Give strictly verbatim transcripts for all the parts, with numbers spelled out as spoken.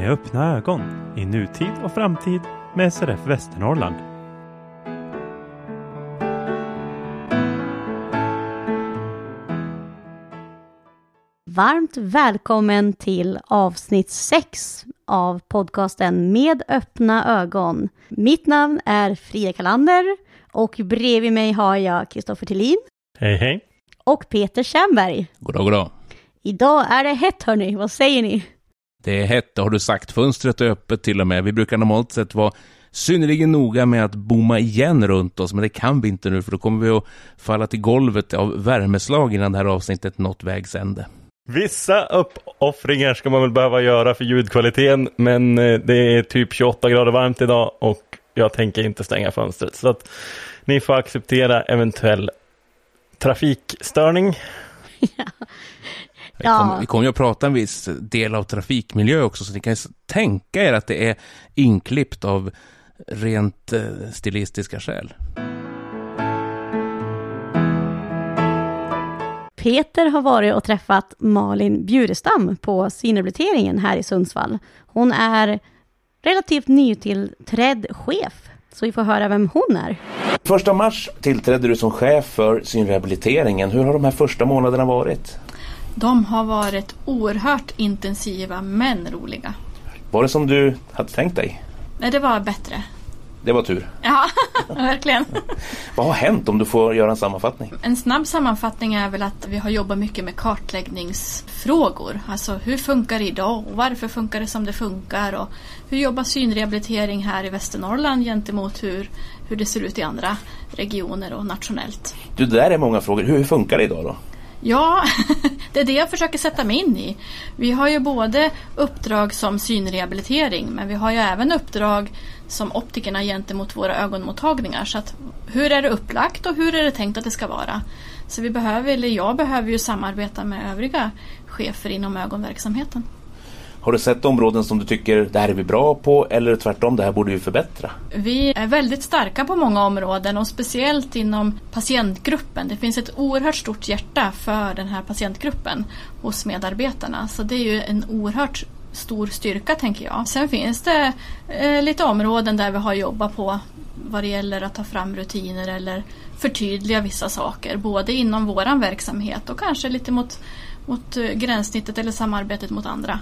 Med öppna ögon i nutid och framtid med S R F Västernorrland. Varmt välkommen till avsnitt sex av podcasten Med öppna ögon. Mitt namn är Frida Kalander och bredvid mig har jag Kristoffer Tillin. Hej hej. Och Peter Kärnberg. Goddag, goddag. Idag är det hett hörni, vad säger ni? Det är hett, har du sagt. Fönstret är öppet till och med. Vi brukar normalt sett vara synnerligen noga med att bomma igen runt oss, men det kan vi inte nu för då kommer vi att falla till golvet av värmeslag innan det här avsnittet nått vägs ände. Vissa uppoffringar ska man väl behöva göra för ljudkvaliteten, men det är typ tjugoåtta grader varmt idag och jag tänker inte stänga fönstret. Så att ni får acceptera eventuell trafikstörning. Ja. Vi kommer, vi kommer ju att prata en viss del av trafikmiljö också, så ni kan tänka er att det är inklippt av rent eh, stilistiska skäl. Peter har varit och träffat Malin Bjurestam på synrehabiliteringen här i Sundsvall. Hon är relativt nytillträdd chef, så vi får höra vem hon är. Första mars tillträdde du som chef för synrehabiliteringen. Hur har de här första månaderna varit? De har varit oerhört intensiva men roliga. Var det som du hade tänkt dig? Nej, det var bättre. Det var tur. Ja, verkligen. Vad har hänt om du får göra en sammanfattning? En snabb sammanfattning är väl att vi har jobbat mycket med kartläggningsfrågor. Alltså hur funkar det idag och varför funkar det som det funkar? Och hur jobbar synrehabilitering här i Västernorrland gentemot hur, hur det ser ut i andra regioner och nationellt? Du, det där är många frågor. Hur funkar det idag då? Ja, det är det jag försöker sätta mig in i. Vi har ju både uppdrag som synrehabilitering, men vi har ju även uppdrag som optikerna gentemot våra ögonmottagningar. Så att, hur är det upplagt och hur är det tänkt att det ska vara? Så vi behöver, eller jag behöver ju samarbeta med övriga chefer inom ögonverksamheten. Har du sett områden som du tycker det här är vi bra på eller tvärtom det här borde vi förbättra? Vi är väldigt starka på många områden och speciellt inom patientgruppen. Det finns ett oerhört stort hjärta för den här patientgruppen hos medarbetarna. Så det är ju en oerhört stor styrka tänker jag. Sen finns det eh, lite områden där vi har jobbat på vad det gäller att ta fram rutiner eller förtydliga vissa saker. Både inom våran verksamhet och kanske lite mot, mot gränssnittet eller samarbetet mot andra.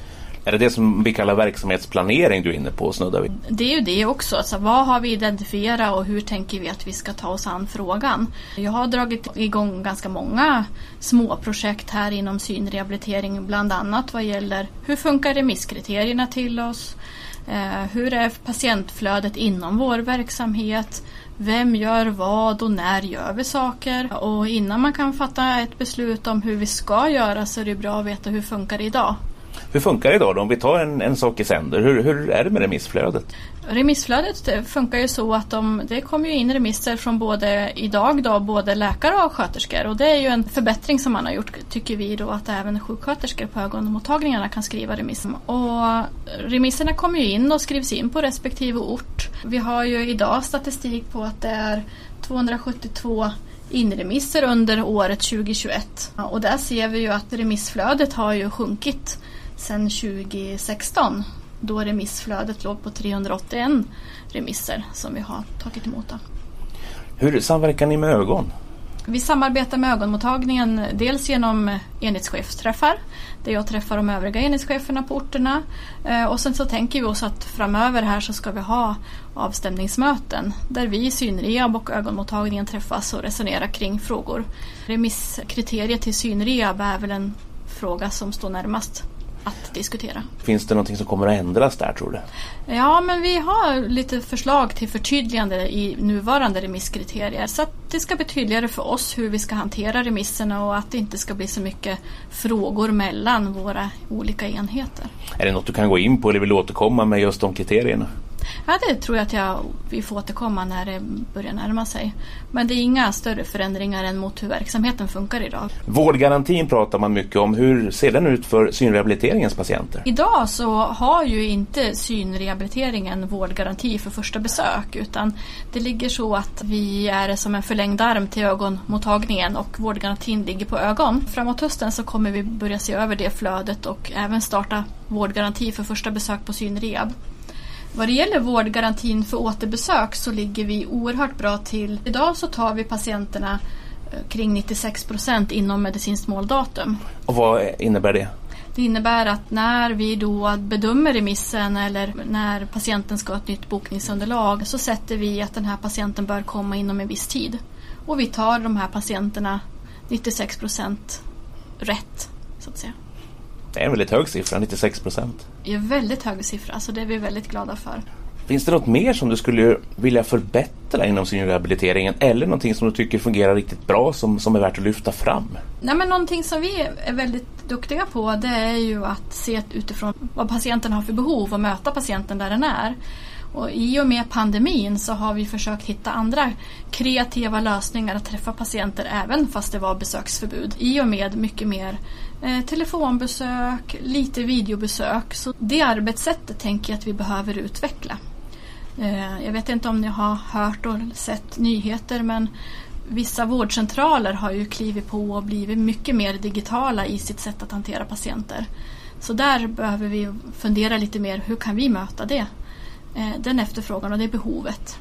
Är det det som vi kallar verksamhetsplanering du är inne på, snuddar vi? Det är ju det också. Alltså, vad har vi identifierat och hur tänker vi att vi ska ta oss an frågan? Jag har dragit igång ganska många små projekt här inom synrehabilitering, bland annat vad gäller hur funkar remisskriterierna till oss? Eh, hur är patientflödet inom vår verksamhet? Vem gör vad och när gör vi saker? Och innan man kan fatta ett beslut om hur vi ska göra så är det bra att veta hur funkar det idag. Hur funkar det idag då? Om vi tar en, en sak i sänder, hur, hur är det med remissflödet? Remissflödet det funkar ju så att de, det kommer ju in remisser från både idag då, både läkare och sköterskor. Och det är ju en förbättring som man har gjort, tycker vi då, att även sjuksköterskor på ögonmottagningarna kan skriva remiss. Och remisserna kommer ju in och skrivs in på respektive ort. Vi har ju idag statistik på att det är tvåhundrasjuttiotvå inremisser under året tjugohundratjugoett. Och där ser vi ju att remissflödet har ju sjunkit sedan tjugohundrasexton, då remissflödet låg på trehundraåttioen remisser som vi har tagit emot. Hur samverkar ni med ögon? Vi samarbetar med ögonmottagningen dels genom enhetschefsträffar där jag träffar de övriga enhetscheferna på orterna och sen så tänker vi oss att framöver här så ska vi ha avstämningsmöten där vi i synrehab och ögonmottagningen träffas och resonerar kring frågor. Remisskriterier till synrehab är väl en fråga som står närmast att diskutera. Finns det någonting som kommer att ändras där, tror du? Ja, men vi har lite förslag till förtydligande i nuvarande remisskriterier så att det ska bli tydligare för oss hur vi ska hantera remisserna och att det inte ska bli så mycket frågor mellan våra olika enheter. Är det något du kan gå in på eller vill återkomma med just de kriterierna? Ja, det tror jag att jag, vi får återkomma när det börjar närma sig. Men det är inga större förändringar än mot hur verksamheten funkar idag. Vårdgarantin pratar man mycket om. Hur ser den ut för synrehabiliteringens patienter? Idag så har ju inte synrehabiliteringen vårdgaranti för första besök, utan det ligger så att vi är som en förlängd arm till ögonmottagningen och vårdgarantin ligger på ögon. Framåt hösten så kommer vi börja se över det flödet och även starta vårdgaranti för första besök på synrehab. Vad det gäller vårdgarantin för återbesök så ligger vi oerhört bra till. Idag så tar vi patienterna kring nittiosex procent inom medicinskt måldatum. Och vad innebär det? Det innebär att när vi då bedömer remissen eller när patienten ska ha ett nytt bokningsunderlag så sätter vi att den här patienten bör komma inom en viss tid. Och vi tar de här patienterna nittiosex procent rätt, så att säga. Det är en väldigt hög siffra, nittiosex procent. Det är en väldigt hög siffra, så det är vi väldigt glada för. Finns det något mer som du skulle vilja förbättra inom synrehabiliteringen eller någonting som du tycker fungerar riktigt bra som, som är värt att lyfta fram? Nej, men någonting som vi är väldigt duktiga på, det är ju att se utifrån vad patienten har för behov och möta patienten där den är. Och i och med pandemin så har vi försökt hitta andra kreativa lösningar att träffa patienter även fast det var besöksförbud. I och med mycket mer eh, telefonbesök, lite videobesök. Så det arbetssättet tänker jag att vi behöver utveckla. Eh, jag vet inte om ni har hört och sett nyheter, men vissa vårdcentraler har ju klivit på och blivit mycket mer digitala i sitt sätt att hantera patienter. Så där behöver vi fundera lite mer, hur kan vi möta det? Den efterfrågan och det behovet.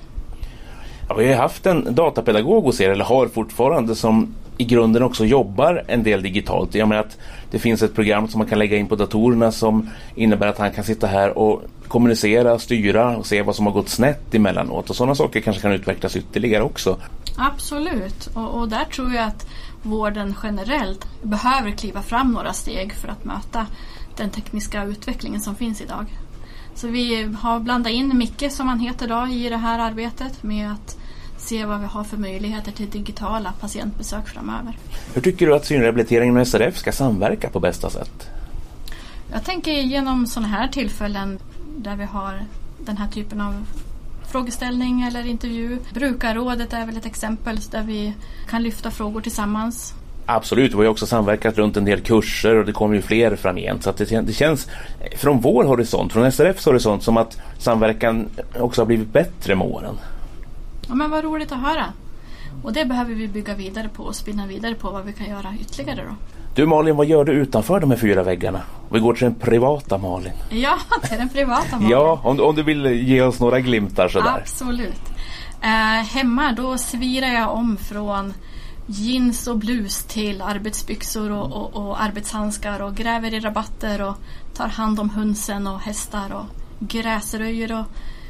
Ja, vi har haft en datapedagog hos er, eller har fortfarande, som i grunden också jobbar en del digitalt. Jag menar att det finns ett program som man kan lägga in på datorerna som innebär att han kan sitta här och kommunicera, styra och se vad som har gått snett emellanåt. Och sådana saker kanske kan utvecklas ytterligare också. Absolut. Och, och där tror jag att vården generellt behöver kliva fram några steg för att möta den tekniska utvecklingen som finns idag. Så vi har blandat in Micke, som han heter då, i det här arbetet med att se vad vi har för möjligheter till digitala patientbesök framöver. Hur tycker du att synrehabiliteringen med S R F ska samverka på bästa sätt? Jag tänker genom sådana här tillfällen där vi har den här typen av frågeställning eller intervju. Brukarrådet är väl ett exempel där vi kan lyfta frågor tillsammans. Absolut, vi har också samverkat runt en del kurser och det kommer ju fler framgent. Så att det, det känns från vår horisont, från S R F:s horisont, som att samverkan också har blivit bättre med åren. Ja, men vad roligt att höra. Och det behöver vi bygga vidare på och spinna vidare på vad vi kan göra ytterligare då. Du Malin, vad gör du utanför de här fyra väggarna? Vi går till den privata Malin. Ja, till den privata Malin. Ja, om, om du vill ge oss några glimtar sådär. Absolut. Eh, hemma då svirar jag om från jeans och blus till arbetsbyxor och, och, och arbetshandskar och gräver i rabatter och tar hand om hönsen och hästar och gräsröjer och,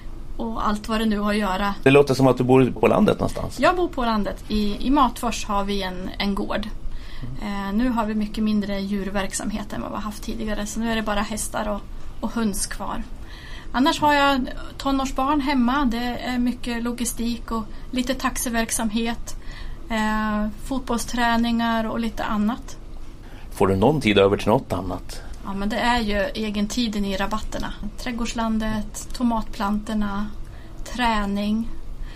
och allt vad det nu har att göra. Det låter som att du bor på landet någonstans. Jag bor på landet. I, i Matfors har vi en, en gård. Eh, nu har vi mycket mindre djurverksamhet än vad vi har haft tidigare, så nu är det bara hästar och, och höns kvar. Annars har jag tonårsbarn hemma. Det är mycket logistik och lite taxiverksamhet. Eh, fotbollsträningar och lite annat. Får du någon tid över till något annat? Ja, men det är ju egentiden i rabatterna. Trädgårdslandet, tomatplantorna, träning.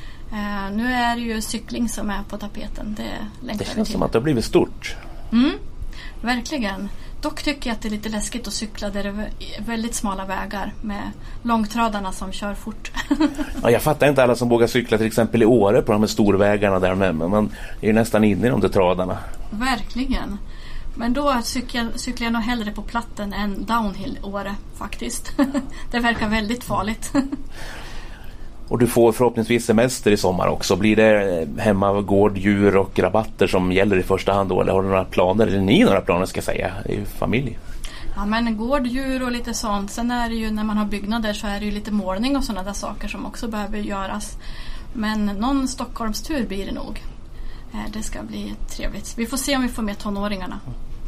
Eh, nu är det ju cykling som är på tapeten. Det, det känns till. Som att det har blivit stort. Mm, verkligen. Dock tycker jag att det är lite läskigt att cykla där det är väldigt smala vägar med långtradarna som kör fort. Ja, jag fattar inte alla som vågar cykla till exempel i Åre på de här storvägarna där, men man är ju nästan inne i de där tradarna. Verkligen. Men då cyklar, cyklar jag nog hellre på platten än downhill Åre faktiskt. Det verkar väldigt farligt. Och du får förhoppningsvis semester i sommar också. Blir det hemma, gård, djur och rabatter som gäller i första hand då? Eller har du några planer, eller ni några planer ska jag säga, i familj? Ja, men gård, djur och lite sånt. Sen är det ju, när man har byggnader så är det ju lite målning och sådana där saker som också behöver göras. Men någon Stockholmstur blir det nog. Det ska bli trevligt. Vi får se om vi får med tonåringarna.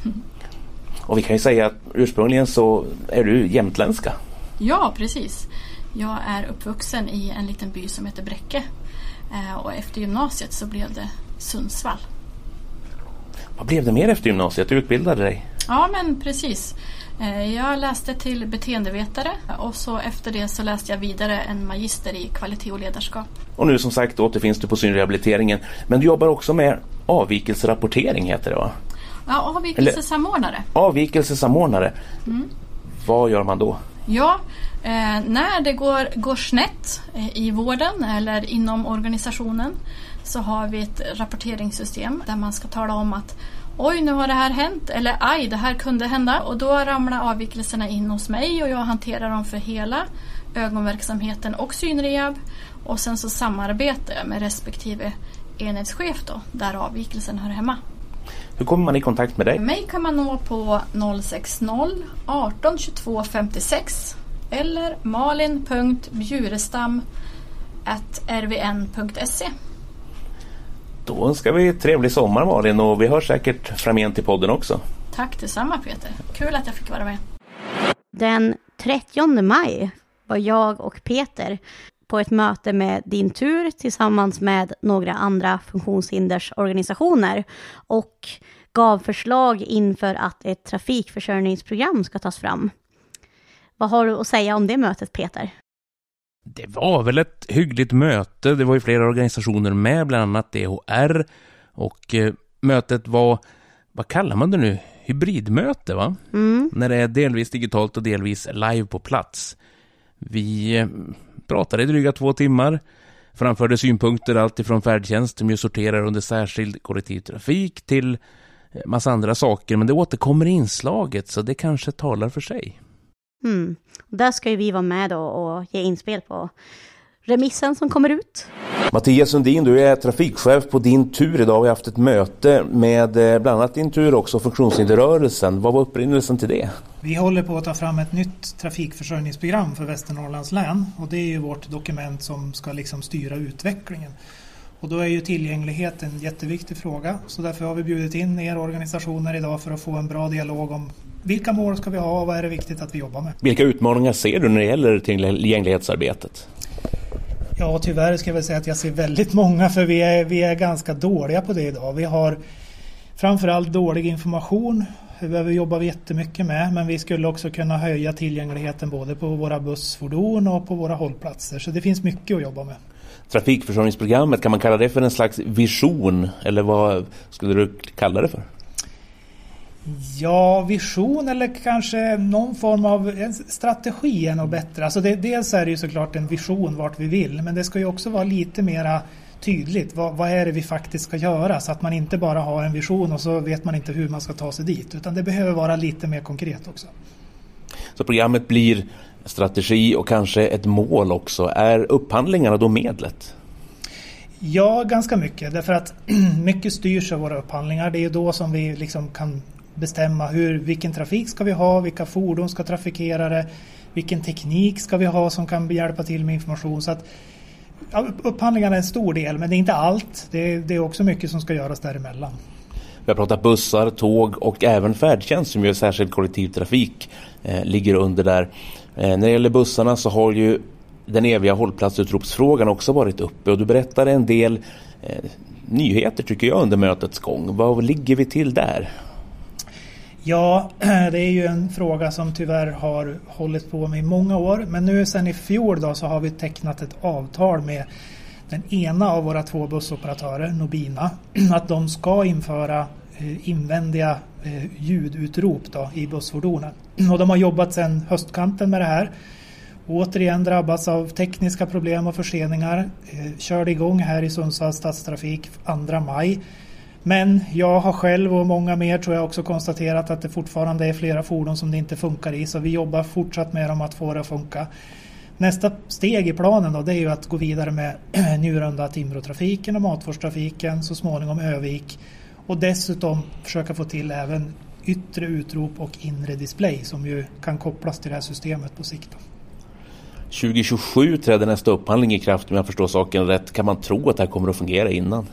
Och vi kan ju säga att ursprungligen så är du jämtländska. Ja, precis. Jag är uppvuxen i en liten by som heter Bräcke. Och efter gymnasiet så blev det Sundsvall. Vad blev det mer efter gymnasiet? Du utbildade dig? Ja, men precis. Jag läste till beteendevetare och så efter det så läste jag vidare en magister i kvalitet och ledarskap. Och nu som sagt återfinns du på synrehabiliteringen. Men du jobbar också med avvikelserapportering heter det va? Ja, avvikelsesamordnare. Eller, avvikelsesamordnare. Mm. Vad gör man då? Ja, eh, när det går, går snett eh, i vården eller inom organisationen så har vi ett rapporteringssystem där man ska tala om att oj, nu har det här hänt, eller aj, det här kunde hända. Och då ramlar avvikelserna in hos mig och jag hanterar dem för hela ögonverksamheten och synrehab. Och sen så samarbetar jag med respektive enhetschef då, där avvikelsen hör hemma. Hur kommer man i kontakt med dig? Mig kan man nå på noll sex noll arton tjugotvå femtiosex eller malin punkt bjurestam at r v n punkt se. Då önskar vi trevlig sommar Malin och vi hörs säkert framgent i podden också. Tack detsamma Peter. Kul att jag fick vara med. Den trettionde maj var jag och Peter på ett möte med Din Tur tillsammans med några andra funktionshindersorganisationer och gav förslag inför att ett trafikförsörjningsprogram ska tas fram. Vad har du att säga om det mötet, Peter? Det var väl ett hyggligt möte. Det var ju flera organisationer med, bland annat D H R. Och eh, mötet var, vad kallar man det nu? Hybridmöte va? Mm. När det är delvis digitalt och delvis live på plats. Vi eh, pratade i dryga två timmar. Framförde synpunkter allt ifrån färdtjänst som ju sorterar under särskild kollektivtrafik till massa andra saker. Men det återkommer i inslaget så det kanske talar för sig. Mm. Där ska ju vi vara med då och ge inspel på remissen som kommer ut. Mattias Sundin, du är trafikchef på Din Tur. Idag har vi haft ett möte med bland annat Din Tur också, funktionshinderrörelsen. Vad var upprinnelsen till det? Vi håller på att ta fram ett nytt trafikförsörjningsprogram för Västernorrlands län. Och det är ju vårt dokument som ska liksom styra utvecklingen. Och då är ju tillgänglighet en jätteviktig fråga. Så därför har vi bjudit in er organisationer idag för att få en bra dialog om vilka mål ska vi ha och vad är det viktigt att vi jobbar med. Vilka utmaningar ser du när det gäller tillgänglighetsarbetet? Ja, tyvärr ska jag väl säga att jag ser väldigt många för vi är, vi är ganska dåliga på det idag. Vi har framförallt dålig information. Vi behöver jobba jättemycket med, men vi skulle också kunna höja tillgängligheten både på våra bussfordon och på våra hållplatser. Så det finns mycket att jobba med. Trafikförsörjningsprogrammet, kan man kalla det för en slags vision eller vad skulle du kalla det för? Ja, vision eller kanske någon form av en strategi är nog bättre. Alltså det, dels är det ju såklart en vision vart vi vill, men det ska ju också vara lite mera tydligt. Vad, vad är det vi faktiskt ska göra så att man inte bara har en vision och så vet man inte hur man ska ta sig dit. Utan det behöver vara lite mer konkret också. Så programmet blir strategi och kanske ett mål också. Är upphandlingarna då medlet? Ja, ganska mycket. Därför att mycket styrs av våra upphandlingar. Det är ju då som vi liksom kan bestämma hur, vilken trafik ska vi ha, vilka fordon ska trafikera det, vilken teknik ska vi ha som kan hjälpa till med information. Så att ja, upphandlingarna är en stor del, men det är inte allt. Det är, det är också mycket som ska göras däremellan. Vi har pratat bussar, tåg och även färdtjänst som gör särskild kollektivtrafik eh, ligger under där. Eh, när det gäller bussarna så har ju den eviga hållplatsutropsfrågan också varit uppe och du berättade en del eh, nyheter tycker jag under mötets gång. Vad ligger vi till där? Ja, det är ju en fråga som tyvärr har hållit på med i många år. Men nu sen i fjol då så har vi tecknat ett avtal med den ena av våra två bussoperatörer, Nobina, att de ska införa invändiga ljudutrop då i bussfordonen. Och de har jobbat sedan höstkanten med det här. Återigen drabbats av tekniska problem och förseningar. Körde igång här i Sundsvalls stadstrafik andra maj. Men jag har själv och många mer tror jag också konstaterat att det fortfarande är flera fordon som det inte funkar i. Så vi jobbar fortsatt med dem att få det att funka. Nästa steg i planen då, det är ju att gå vidare med Njurunda Timråtrafiken och Matforstrafiken, så småningom Övik. Och dessutom försöka få till även yttre utrop och inre display som ju kan kopplas till det här systemet på sikt. tjugo tjugosju träder nästa upphandling i kraft om jag förstår saken rätt. Kan man tro att det här kommer att fungera innan?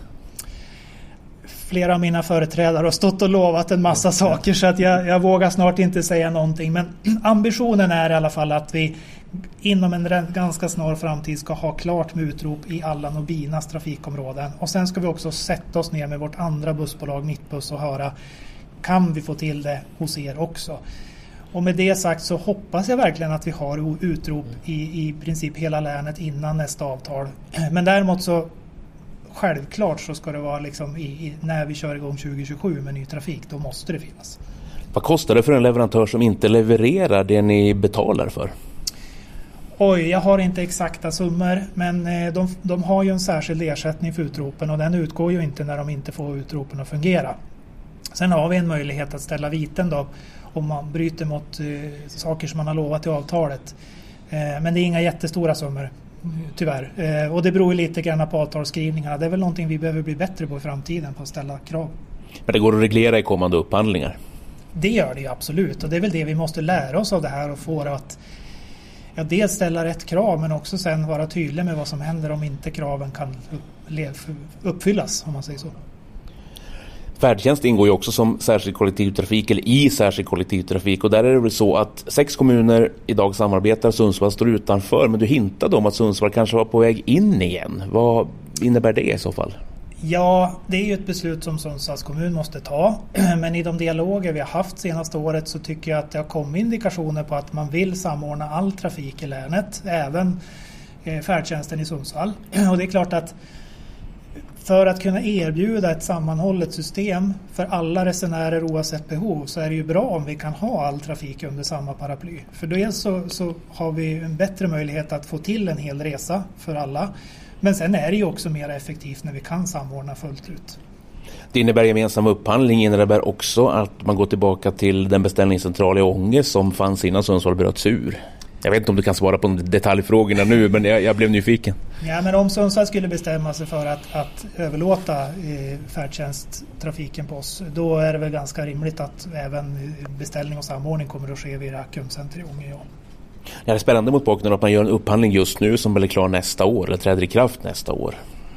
Flera av mina företrädare har stått och lovat en massa saker så att jag, jag vågar snart inte säga någonting. Men ambitionen är i alla fall att vi inom en ganska snar framtid ska ha klart med utrop i alla Nobinas trafikområden. Och sen ska vi också sätta oss ner med vårt andra bussbolag Mittbuss och höra kan vi få till det hos er också. Och med det sagt så hoppas jag verkligen att vi har utrop i, i princip hela länet innan nästa avtal. Men däremot så självklart så ska det vara liksom i, i, när vi kör igång tjugo tjugosju med ny trafik, då måste det finnas. Vad kostar det för en leverantör som inte levererar det ni betalar för? Oj, jag har inte exakta summor, men de, de har ju en särskild ersättning för utropen och den utgår ju inte när de inte får utropen att fungera. Sen har vi en möjlighet att ställa viten då om man bryter mot eh, saker som man har lovat i avtalet. Eh, men det är inga jättestora summor, tyvärr. Eh, och det beror lite grann på avtalsskrivningarna. Det är väl någonting vi behöver bli bättre på i framtiden, på att ställa krav. Men det går att reglera i kommande upphandlingar? Det gör det ju absolut, och det är väl det vi måste lära oss av det här och få att ja, dels ställa rätt krav men också sen vara tydlig med vad som händer om inte kraven kan uppfyllas, om man säger så. Färdtjänst ingår ju också som särskild kollektivtrafik eller i särskild kollektivtrafik, och där är det väl så att sex kommuner idag samarbetar, Sundsvall står utanför, men du hintade om att Sundsvall kanske var på väg in igen. Vad innebär det i så fall? Ja, det är ju ett beslut som Sundsvalls kommun måste ta, men i de dialoger vi har haft senaste året så tycker jag att det har kommit indikationer på att man vill samordna all trafik i länet, även färdtjänsten i Sundsvall. Och det är klart att för att kunna erbjuda ett sammanhållet system för alla resenärer oavsett behov så är det ju bra om vi kan ha all trafik under samma paraply. För dels så, så har vi en bättre möjlighet att få till en hel resa för alla. Men sen är det ju också mer effektivt när vi kan samordna fullt ut. Det innebär gemensam upphandling, innebär också att man går tillbaka till den beställningscentral i Ånge som fanns innan Sundsvall bröts ur. Jag vet inte om du kan svara på detaljfrågorna nu, men jag, jag blev nyfiken. Ja, men om Sundsvall skulle bestämma sig för att, att överlåta eh, färdtjänsttrafiken på oss, då är det väl ganska rimligt att även beställning och samordning kommer att ske vid kundcenter i Ånge. Ja. Det är spännande mot bakgrund av att man gör en upphandling just nu som blir klar nästa år eller träder i kraft nästa år.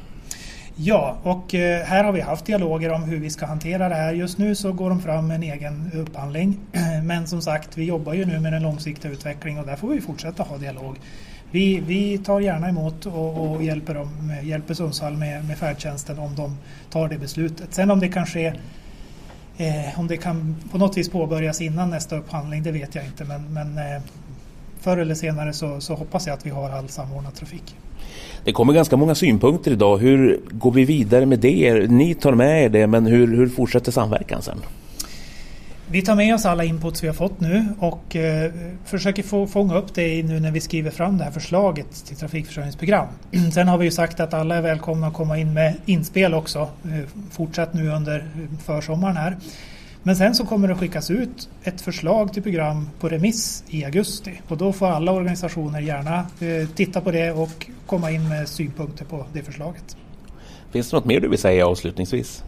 Ja, och eh, här har vi haft dialoger om hur vi ska hantera det här. Just nu så går de fram med en egen upphandling. Men som sagt, vi jobbar ju nu med den långsiktiga utvecklingen och där får vi fortsätta ha dialog. Vi, vi tar gärna emot och, och hjälper, dem, hjälper Sundsvall med, med färdtjänsten om de tar det beslutet. Sen om det kan ske, eh, om det kan på något vis påbörjas innan nästa upphandling, det vet jag inte. Men, men eh, förr eller senare så, så hoppas jag att vi har all samordnad trafik. Det kommer ganska många synpunkter idag. Hur går vi vidare med det? Ni tar med er det, men hur, hur fortsätter samverkan sen? Vi tar med oss alla inputs vi har fått nu och eh, försöker få, fånga upp det nu när vi skriver fram det här förslaget till trafikförsörjningsprogram. Sen har vi ju sagt att alla är välkomna att komma in med inspel också. Eh, fortsatt nu under försommaren här. Men sen så kommer det skickas ut ett förslag till program på remiss i augusti. Och då får alla organisationer gärna eh, titta på det och komma in med synpunkter på det förslaget. Finns det något mer du vill säga avslutningsvis?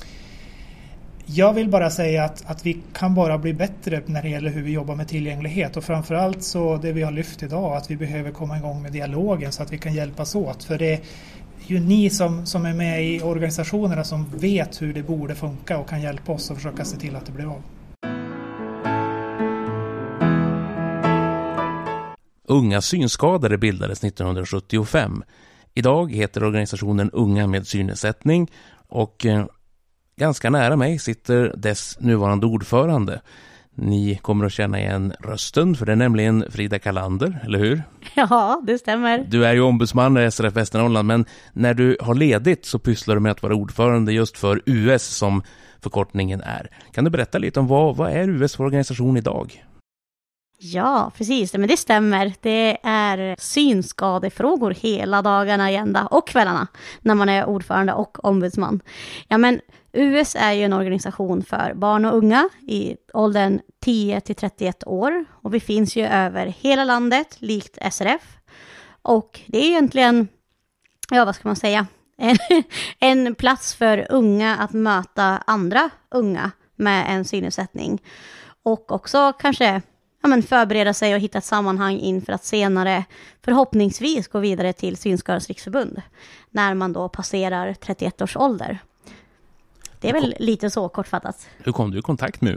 Jag vill bara säga att, att vi kan bara bli bättre när det gäller hur vi jobbar med tillgänglighet. Och framförallt så det vi har lyft idag, att vi behöver komma igång med dialogen så att vi kan hjälpas åt. För det är ju ni som, som är med i organisationerna som vet hur det borde funka och kan hjälpa oss att försöka se till att det blir av. Unga synskadade bildades nittonhundrasjuttiofem. Idag heter organisationen Unga med synnedsättning och eh, ganska nära mig sitter dess nuvarande ordförande. Ni kommer att känna igen rösten, för det är nämligen Frida Kalander, eller hur? Ja, det stämmer. Du är ju ombudsman i S R F Västernorrland, men när du har ledigt så pysslar du med att vara ordförande just för U S som förkortningen är. Kan du berätta lite om vad, vad är U S för organisation idag? Ja, precis. Men det stämmer. Det är synskadefrågor hela dagarna agenda och kvällarna när man är ordförande och ombudsman. Ja, men U S är ju en organisation för barn och unga i åldern tio till trettioett år. Och vi finns ju över hela landet, likt S R F. Och det är egentligen, ja vad ska man säga, en, en plats för unga att möta andra unga med en synnedsättning. Och också kanske ja, men förbereda sig och hitta ett sammanhang inför att senare förhoppningsvis gå vidare till Synskadades riksförbund när man då passerar trettioett års ålder. Det är väl lite så kortfattat. Hur kom du i kontakt med U S?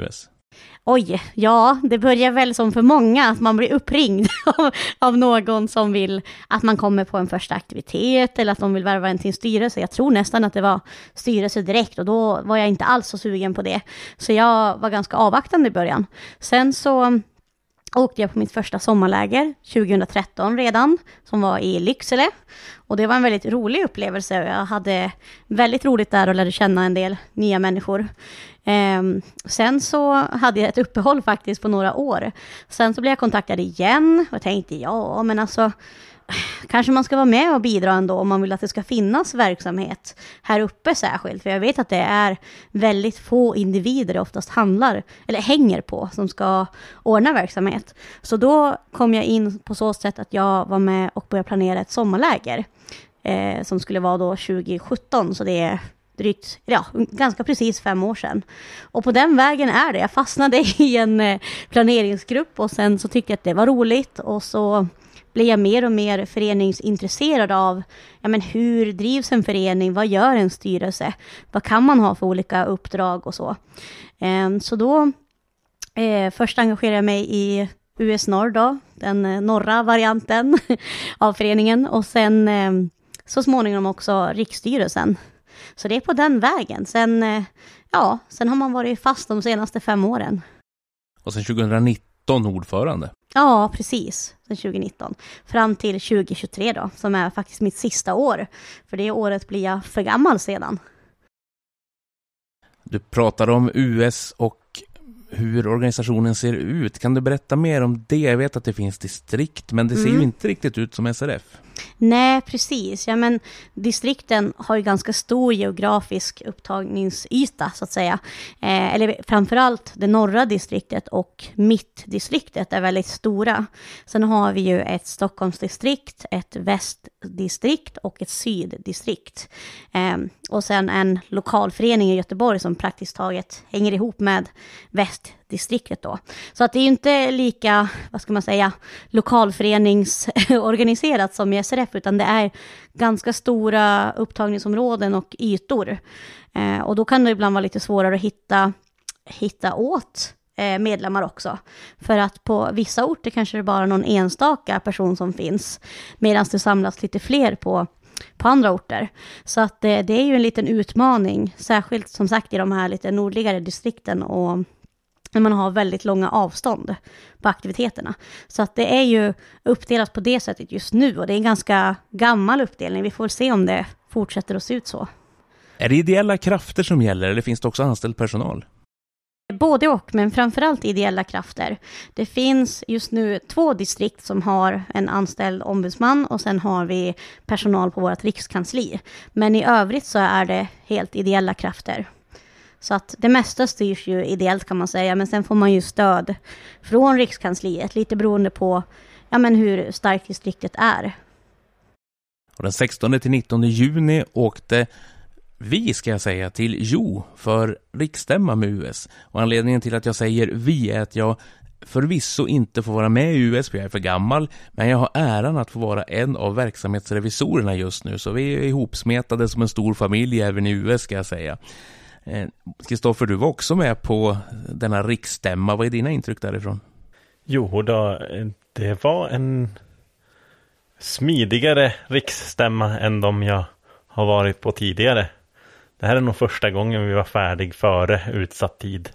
Oj, ja, det börjar väl som för många att man blir uppringd av, av någon som vill att man kommer på en första aktivitet eller att de vill värva en till en styrelse. Jag tror nästan att det var styrelse direkt och då var jag inte alls så sugen på det. Så jag var ganska avvaktande i början. Sen så åkte jag på mitt första sommarläger tjugohundratretton redan, som var i Lycksele. Och det var en väldigt rolig upplevelse. Jag hade väldigt roligt där och lärde känna en del nya människor. Eh, sen så hade jag ett uppehåll faktiskt på några år. Sen så blev jag kontaktad igen och tänkte, ja men alltså kanske man ska vara med och bidra ändå om man vill att det ska finnas verksamhet här uppe särskilt. För jag vet att det är väldigt få individer det oftast handlar eller hänger på som ska ordna verksamhet. Så då kom jag in på så sätt att jag var med och började planera ett sommarläger eh, som skulle vara då tjugosjutton. Så det är drygt, ja, ganska precis fem år sedan. Och på den vägen är det. Jag fastnade i en eh, planeringsgrupp och sen så tyckte jag att det var roligt och så blir jag mer och mer föreningsintresserad av ja, men hur drivs en förening, vad gör en styrelse, vad kan man ha för olika uppdrag och så. Eh, så då eh, först engagerade jag mig i U S Norr då, den eh, norra varianten av föreningen och sen eh, så småningom också riksstyrelsen. Så det är på den vägen. Sen, eh, ja, sen har man varit fast de senaste fem åren. Och sen tjugohundranitton ordförande. Ja, precis. Sen tjugonitton. Fram till tjugohundratjugotre då, som är faktiskt mitt sista år. För det året blir jag för gammal sedan. Du pratar om U S och hur organisationen ser ut. Kan du berätta mer om det? Jag vet att det finns distrikt, men det ser mm. ju inte riktigt ut som S R F. Nej, precis. Ja, men distrikten har ju ganska stor geografisk upptagningsyta så att säga. Eh, eller framförallt det norra distriktet och mittdistriktet är väldigt stora. Sen har vi ju ett Stockholmsdistrikt, ett västdistrikt och ett syddistrikt. Eh, och sen en lokalförening i Göteborg som praktiskt taget hänger ihop med västdistriktet då. Så att det är ju inte lika, vad ska man säga, lokalföreningsorganiserat som i S R F, utan det är ganska stora upptagningsområden och ytor. Eh, och då kan det ibland vara lite svårare att hitta, hitta åt eh, medlemmar också. För att på vissa orter kanske det är bara någon enstaka person som finns, medan det samlas lite fler på på andra orter. Så att eh, det är ju en liten utmaning, särskilt som sagt i de här lite nordligare distrikten och när man har väldigt långa avstånd på aktiviteterna. Så att det är ju uppdelat på det sättet just nu och det är en ganska gammal uppdelning. Vi får se om det fortsätter att se ut så. Är det ideella krafter som gäller eller finns det också anställd personal? Både och, men framförallt ideella krafter. Det finns just nu två distrikt som har en anställd ombudsman och sen har vi personal på vårt rikskansli. Men i övrigt så är det helt ideella krafter. Så att det mesta styrs ju ideellt kan man säga, men sen får man ju stöd från rikskansliet, lite beroende på ja, men hur starkt distriktet är. Och den sextonde till nittonde juni åkte vi, ska jag säga, till Jo för riksstämma med U S. Och anledningen till att jag säger vi är att jag förvisso inte får vara med i U S för jag är för gammal, men jag har äran att få vara en av verksamhetsrevisorerna just nu. Så vi är ihopsmetade som en stor familj även i U S, ska jag säga. Kristoffer, du var också med på denna riksstämma. Vad är dina intryck därifrån? Jo, då, det var en smidigare riksstämma än de jag har varit på tidigare. Det här är nog första gången vi var färdig före utsatt tid.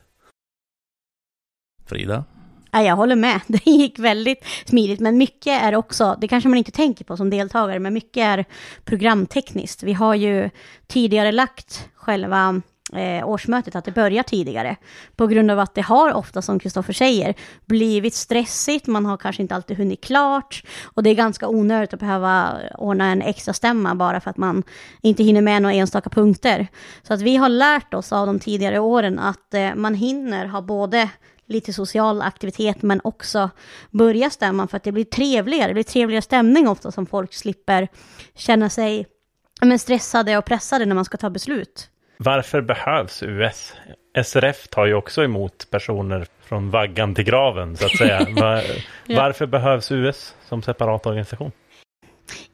Frida? Ja, jag håller med. Det gick väldigt smidigt, men mycket är också, det kanske man inte tänker på som deltagare, men mycket är programtekniskt. Vi har ju tidigare lagt själva eh, årsmötet att det börjar tidigare. På grund av att det har ofta, som Kristoffer säger, blivit stressigt. Man har kanske inte alltid hunnit klart. Och det är ganska onödigt att behöva ordna en extra stämma bara för att man inte hinner med några enstaka punkter. Så att vi har lärt oss av de tidigare åren att eh, man hinner ha både lite social aktivitet men också börja stämman för att det blir trevligare. Det blir trevligare stämning ofta som folk slipper känna sig men, stressade och pressade när man ska ta beslut. Varför behövs U S? S R F tar ju också emot personer från vaggan till graven så att säga. Var, ja. Varför behövs U S som separat organisation?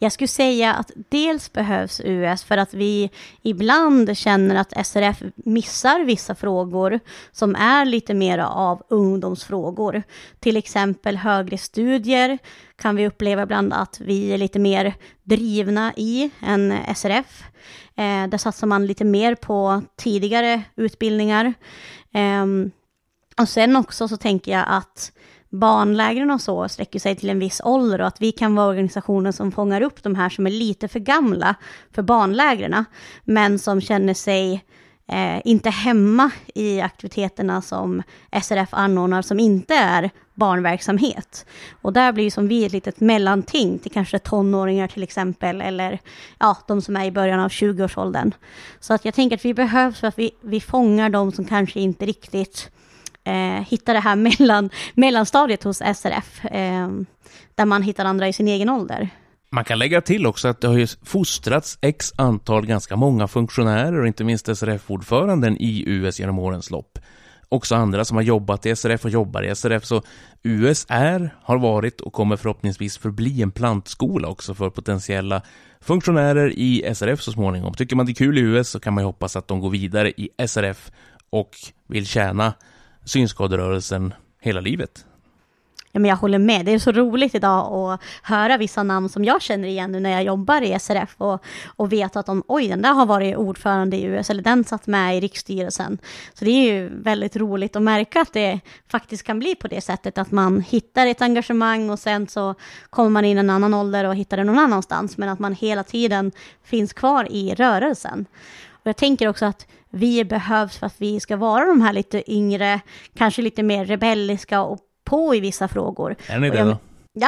Jag skulle säga att dels behövs U S för att vi ibland känner att S R F missar vissa frågor som är lite mer av ungdomsfrågor. Till exempel högre studier kan vi uppleva ibland att vi är lite mer drivna i än S R F. Eh, där satsar man lite mer på tidigare utbildningar. Eh, och sen också så tänker jag att barnlägren och så sträcker sig till en viss ålder och att vi kan vara organisationen som fångar upp de här som är lite för gamla för barnlägren men som känner sig eh, inte hemma i aktiviteterna som S R F anordnar som inte är barnverksamhet. Och där blir som vi ett litet mellanting till kanske tonåringar till exempel eller ja, de som är i början av tjugoårsåldern. Så att jag tänker att vi behövs för att vi, vi fångar de som kanske inte riktigt Eh, hitta det här mellan, mellanstadiet hos S R F eh, där man hittar andra i sin egen ålder. Man kan lägga till också att det har ju fostrats x antal ganska många funktionärer och inte minst S R F-ordföranden i U S genom årens lopp. Också andra som har jobbat i S R F och jobbar i S R F. Så U S är, har varit och kommer förhoppningsvis förbli en plantskola också för potentiella funktionärer i S R F så småningom. Tycker man det är kul i U S så kan man ju hoppas att de går vidare i S R F och vill tjäna synskaderörelsen hela livet. Ja, men jag håller med. Det är så roligt idag att höra vissa namn som jag känner igen nu när jag jobbar i S R F och, och vet att de, oj, den där har varit ordförande i U S eller den satt med i riksstyrelsen. Så det är ju väldigt roligt att märka att det faktiskt kan bli på det sättet att man hittar ett engagemang och sen så kommer man in i en annan ålder och hittar det någon annanstans, men att man hela tiden finns kvar i rörelsen. Och jag tänker också att vi behövs för att vi ska vara de här lite yngre, kanske lite mer rebelliska och på i vissa frågor. Är ni det då? Ja,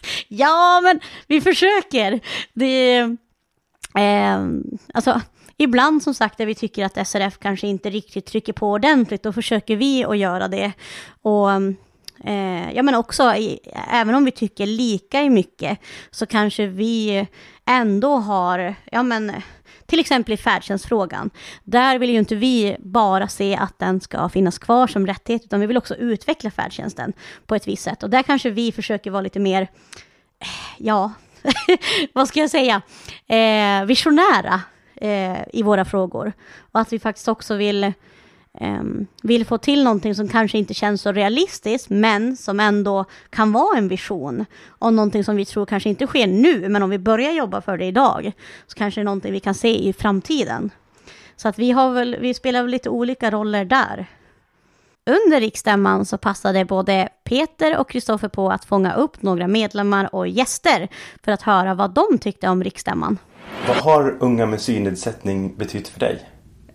ja, men vi försöker. Det, eh, alltså, ibland som sagt där vi tycker att S R F kanske inte riktigt trycker på ordentligt, då försöker vi att göra det. Och eh, ja, men också, i, även om vi tycker lika i mycket så kanske vi ändå har, ja men till exempel i färdtjänstfrågan. Där vill ju inte vi bara se att den ska finnas kvar som rättighet, utan vi vill också utveckla färdtjänsten på ett visst sätt. Och där kanske vi försöker vara lite mer, ja, vad ska jag säga, eh, visionära eh, i våra frågor. Och att vi faktiskt också vill, eh, vill få till någonting som kanske inte känns så realistiskt, men som ändå kan vara en vision. Och någonting som vi tror kanske inte sker nu, men om vi börjar jobba för det idag så kanske det är någonting vi kan se i framtiden. Så att vi, har väl, vi spelar väl lite olika roller där. Under riksstämman så passade både Peter och Kristoffer på att fånga upp några medlemmar och gäster för att höra vad de tyckte om riksstämman. Vad har unga med synnedsättning betytt för dig?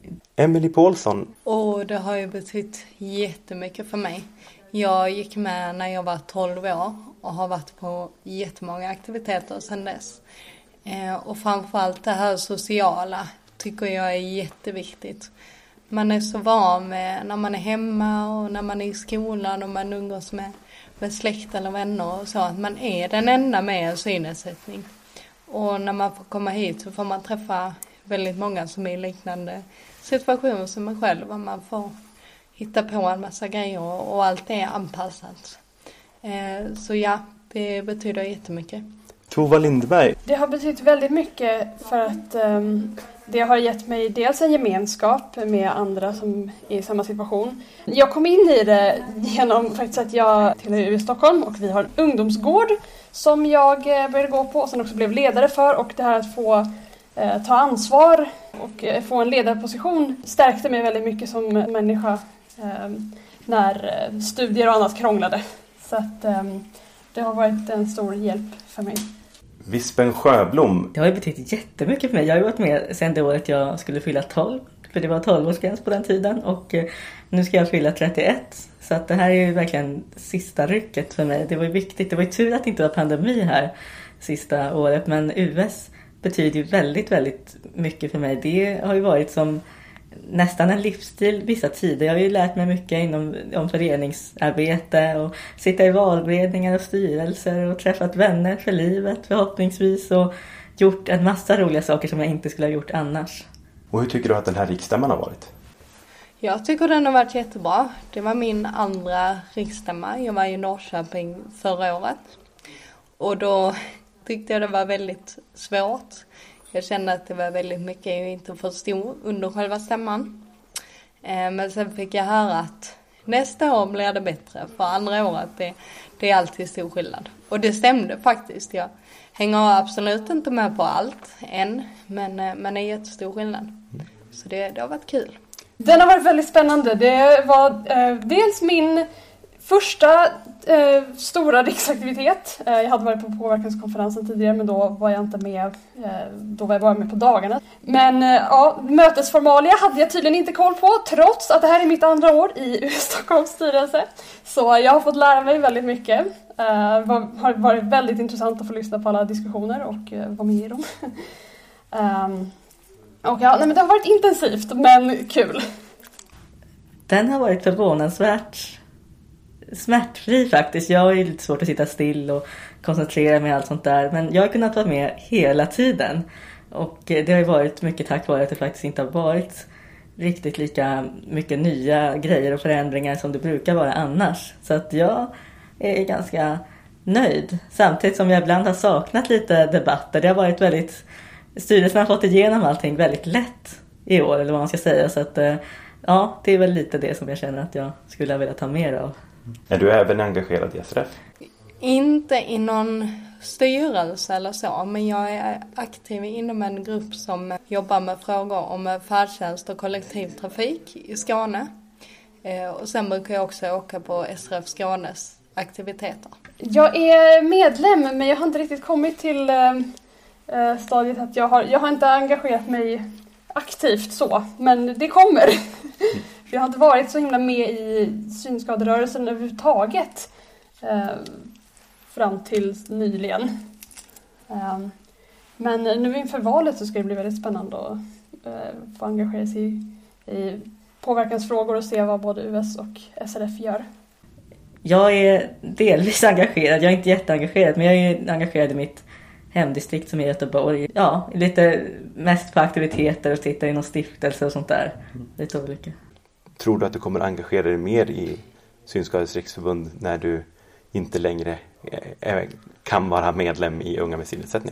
Emily Paulsson. Och det har ju betytt jättemycket för mig. Jag gick med när jag var tolv år och har varit på jättemånga aktiviteter sedan dess. Eh, och framförallt det här sociala tycker jag är jätteviktigt. Man är så van med när man är hemma och när man är i skolan och man umgås med, med släkt eller vänner och så, att man är den enda med en synnedsättning. Och när man får komma hit så får man träffa väldigt många som är i liknande situationer som en själv, och man får hitta på en massa grejer och allt är anpassat. Eh, så ja, det betyder jättemycket. Tova Lindberg. Det har betytt väldigt mycket för att um, det har gett mig dels en gemenskap med andra som är i samma situation. Jag kom in i det genom faktiskt att jag tillhör U S Stockholm och vi har en ungdomsgård som jag började gå på och sen också blev ledare för, och det här att få eh, ta ansvar och eh, få en ledarposition stärkte mig väldigt mycket som människa eh, när studier och annat krånglade. Så att eh, det har varit en stor hjälp för mig. Vispen Sjöblom. Det har ju betytt jättemycket för mig. Jag har ju varit med sedan det året jag skulle fylla tolv. För det var tolv-årsgräns på den tiden. Och eh, nu ska jag fylla trettioett. Så att det här är ju verkligen sista rycket för mig. Det var ju viktigt. Det var ju tur att det inte var pandemi här sista året. Men U S betyder ju väldigt, väldigt mycket för mig. Det har ju varit som nästan en livsstil vissa tider. Jag har ju lärt mig mycket inom om föreningsarbete och sitta i valberedningar och styrelser och träffat vänner för livet förhoppningsvis och gjort en massa roliga saker som jag inte skulle ha gjort annars. Och hur tycker du att den här riksstämman har varit? Jag tycker den har varit jättebra. Det var min andra riksstämma. Jag var i Norrköping förra året. Och då tyckte jag det var väldigt svårt. Jag kände att det var väldigt mycket jag inte förstod under själva stämman. Men sen fick jag höra att nästa år blir det bättre. För andra året det, det är alltid stor skillnad. Och det stämde faktiskt. Jag hänger absolut inte med på allt än. Men, men det är jättestor skillnad. Så det, det har varit kul. Den har varit väldigt spännande. Det var eh, dels min första eh, stora riksaktivitet. Eh, jag hade varit på påverkanskonferensen tidigare men då var jag inte med. Eh, då var jag bara med på dagarna. Men eh, ja, mötesformalia hade jag tydligen inte koll på trots att det här är mitt andra år i U S Stockholms styrelse. Så jag har fått lära mig väldigt mycket. Det uh, har varit väldigt intressant att få lyssna på alla diskussioner och uh, vara med i dem. um, och ja, nej, men det har varit intensivt men kul. Den har varit förvånansvärt smärtfri faktiskt. Jag har ju lite svårt att sitta still och koncentrera mig och allt sånt där. Men jag har kunnat vara med hela tiden. Och det har ju varit mycket tack vare att det faktiskt inte har varit riktigt lika mycket nya grejer och förändringar som det brukar vara annars. Så att jag är ganska nöjd. Samtidigt som jag ibland har saknat lite debatter. Det har varit väldigt... Styrelsen har fått igenom allting väldigt lätt i år, eller vad man ska säga. Så att, ja, det är väl lite det som jag känner att jag skulle vilja ta mer av. Är du även engagerad i S R F? Inte i någon styrelse eller så, men jag är aktiv inom en grupp som jobbar med frågor om färdtjänst och kollektivtrafik i Skåne. Och sen brukar jag också åka på S R F Skånes aktiviteter. Jag är medlem, men jag har inte riktigt kommit till äh, stadiet att jag har, jag har inte engagerat mig aktivt så, men det kommer. För jag har inte varit så himla med i synskaderörelsen överhuvudtaget äh, fram till nyligen. Äh, men nu inför valet så ska det bli väldigt spännande att äh, få engagera sig i, i påverkansfrågor och se vad både U S och S R F gör. Jag är delvis engagerad, jag är inte jätteengagerad, men jag är engagerad i mitt hemdistrikt som är Göteborg. Ja, lite mest på aktiviteter och sitta i någon stiftelse och sånt där. Lite olika. Tror du att du kommer engagera dig mer i Synskadades riksförbund när du inte längre kan vara medlem i Unga med synnedsättning?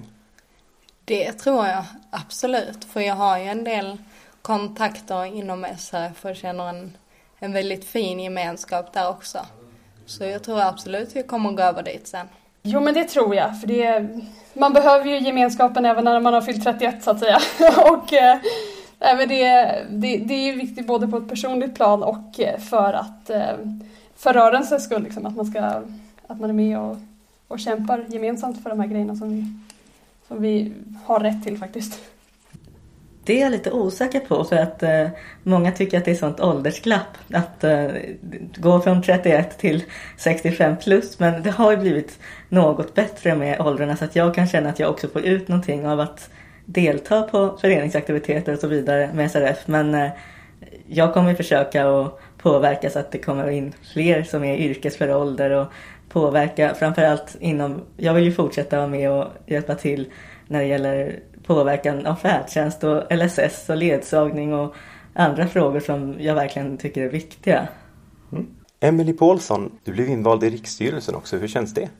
Det tror jag absolut, för jag har ju en del kontakter inom S R F och känner en, en väldigt fin gemenskap där också. Så jag tror absolut att jag kommer att gå över dit sen. Jo, men det tror jag. För det, man behöver ju gemenskapen även när man har fyllt trettioett så att säga. och eh, det, det, det är ju viktigt både på ett personligt plan och för att eh, för rörelsens skull. Liksom, att, man ska, att man är med och, och kämpar gemensamt för de här grejerna som vi, som vi har rätt till faktiskt. Det är jag lite osäker på för att eh, många tycker att det är sånt åldersglapp att eh, gå från trettioett till sextiofem plus, men det har ju blivit något bättre med åldrarna så att jag kan känna att jag också får ut någonting av att delta på föreningsaktiviteter och så vidare med S R F, men eh, jag kommer försöka att påverka så att det kommer in fler som är yrkesför ålder och påverka framförallt inom, jag vill ju fortsätta vara med och hjälpa till när det gäller påverkan av färdtjänst och L S S och ledsagning och andra frågor som jag verkligen tycker är viktiga. Mm. Emelie Paulsson, du blev invald i riksstyrelsen också. Hur känns det?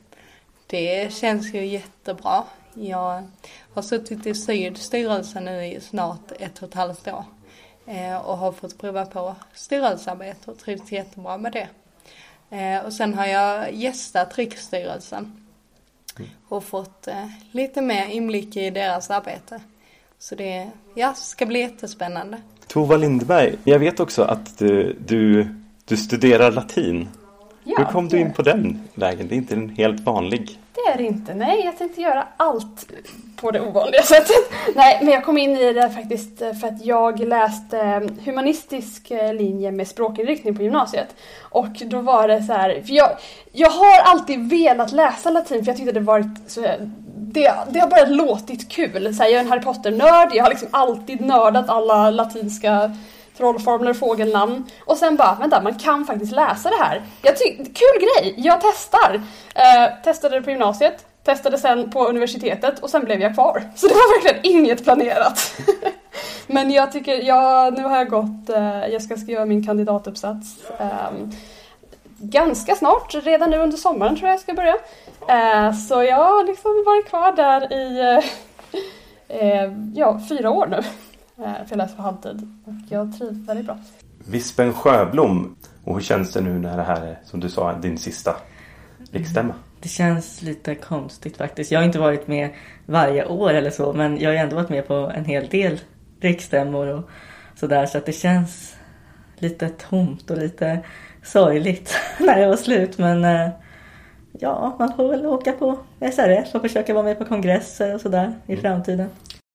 Det känns ju jättebra. Jag har suttit i Sydstyrelsen nu i snart ett och ett halvt år och har fått prova på styrelsearbete och trivs jättebra med det. Och sen har jag gästat riksstyrelsen och fått eh, lite mer inblick i deras arbete. Så det ja, ska bli jättespännande. Tova Lindberg, jag vet också att du, du, du studerar latin. Ja, hur kom du in på den vägen? Det är inte en helt vanlig. Det är det inte, nej. Jag tänkte göra allt på det ovanliga sättet. Nej, men jag kom in i det faktiskt för att jag läste humanistisk linje med språkinriktning på gymnasiet. Och då var det så här, för jag, jag har alltid velat läsa latin för jag tyckte det varit så det, det har bara låtit kul. Så här, jag är en Harry Potter-nörd, jag har liksom alltid nördat alla latinska trollformler, fågelnamn. Och sen bara, vänta, man kan faktiskt läsa det här. Jag tycker, kul grej, jag testar. Eh, testade det på gymnasiet, testade sen på universitetet och sen blev jag kvar. Så det var verkligen inget planerat. Men jag tycker, ja, nu har jag gått, eh, jag ska skriva min kandidatuppsats. Eh, ganska snart, redan nu under sommaren tror jag jag ska börja. Eh, så jag har liksom varit kvar där i eh, ja, fyra år nu. Eh, för jag läser på halvtid och jag trivs väldigt bra. Vispen Sjöblom, och hur känns det nu när det här är, som du sa, din sista riksstämma? Det känns lite konstigt faktiskt. Jag har inte varit med varje år eller så, men jag har ju ändå varit med på en hel del riksstämmor och sådär, så att det känns lite tomt och lite sorgligt när det var slut. Men eh, ja, man får väl åka på S R F och försöka vara med på kongresser och sådär i framtiden.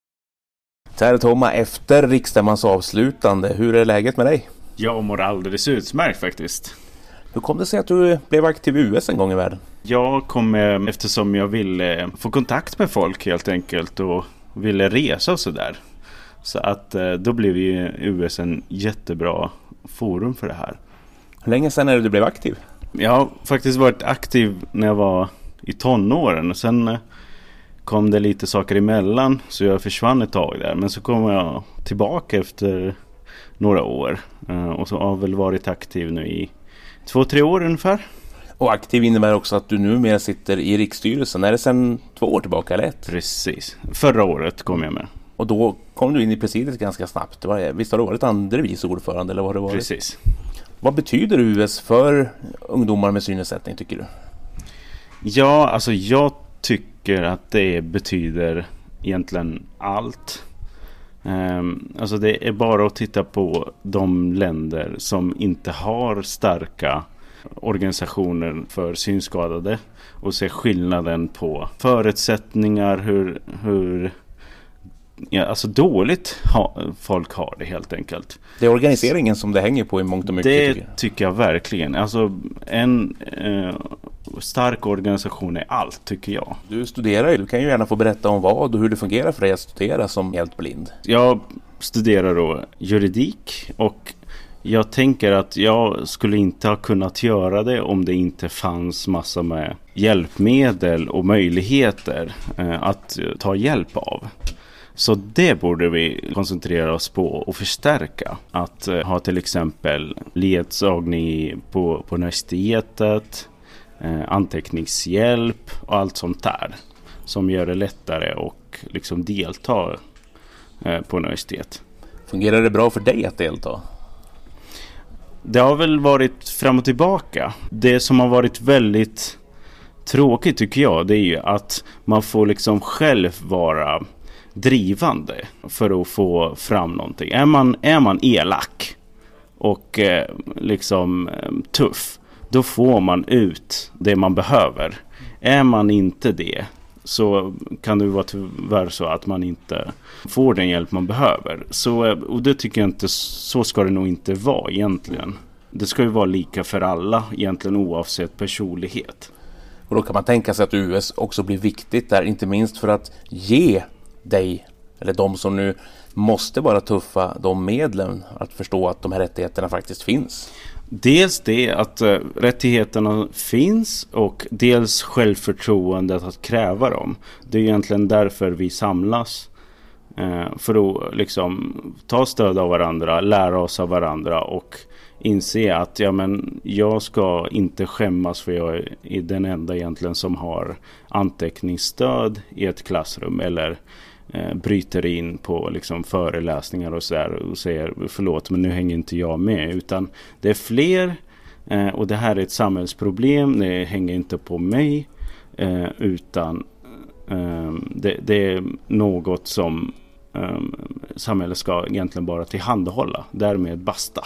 Terje Tomma, efter riksstämmans avslutande, hur är läget med dig? Jag mår alldeles utmärkt faktiskt. Hur kom det sig att du blev aktiv i U S en gång i världen? Jag kom med eftersom jag ville få kontakt med folk helt enkelt och ville resa och sådär. Så att då blev ju U S en jättebra forum för det här. Hur länge sedan är det du blev aktiv? Jag har faktiskt varit aktiv när jag var i tonåren och sen kom det lite saker emellan så jag försvann ett tag där. Men så kom jag tillbaka efter några år och så har jag väl varit aktiv nu i två, tre år ungefär. Och aktiv innebär också att du numera sitter i riksstyrelsen. Är det sedan två år tillbaka eller ett? Precis. Förra året kom jag med. Och då kom du in i presidiet ganska snabbt. Visst har du varit andre vice ordförande eller vad det var? Precis. Vad betyder U S för ungdomar med synnedsättning tycker du? Ja, alltså jag tycker att det betyder egentligen allt. Um, alltså det är bara att titta på de länder som inte har starka organisationer för synskadade och se skillnaden på förutsättningar, hur, hur ja, alltså dåligt ha, folk har det helt enkelt. Det är organiseringen som det hänger på i mångt och mycket. Det tycker jag, tycker jag verkligen. Alltså en eh, stark organisation är allt tycker jag. Du studerar ju, du kan ju gärna få berätta om vad och hur det fungerar för dig att studera som helt blind. Jag studerar då juridik och jag tänker att jag skulle inte ha kunnat göra det om det inte fanns massa med hjälpmedel och möjligheter eh, att ta hjälp av. Så det borde vi koncentrera oss på och förstärka. Att eh, ha till exempel ledsagning på, på universitetet, eh, anteckningshjälp och allt sånt där. Som gör det lättare och liksom delta eh, på universitet. Fungerar det bra för dig att delta? Det har väl varit fram och tillbaka. Det som har varit väldigt tråkigt tycker jag, det är ju att man får liksom själv vara drivande för att få fram någonting. Är man, är man elak och eh, liksom eh, tuff, då får man ut det man behöver. Är man inte det, så kan det vara tyvärr så att man inte får den hjälp man behöver. Så, och det tycker jag inte, så ska det nog inte vara egentligen. Det ska ju vara lika för alla egentligen oavsett personlighet. Och då kan man tänka sig att U S också blir viktigt där, inte minst för att ge dig, eller de som nu måste vara tuffa, de medlen att förstå att de här rättigheterna faktiskt finns. Dels det att uh, rättigheterna finns och dels självförtroendet att kräva dem. Det är egentligen därför vi samlas. Uh, för att liksom ta stöd av varandra, lära oss av varandra och inse att ja, men jag ska inte skämmas för jag är den enda egentligen som har anteckningsstöd i ett klassrum eller eh, bryter in på liksom föreläsningar och så där och säger förlåt men nu hänger inte jag med, utan det är fler eh, och det här är ett samhällsproblem, det hänger inte på mig eh, utan eh, det, det är något som eh, samhället ska egentligen bara tillhandahålla, därmed basta.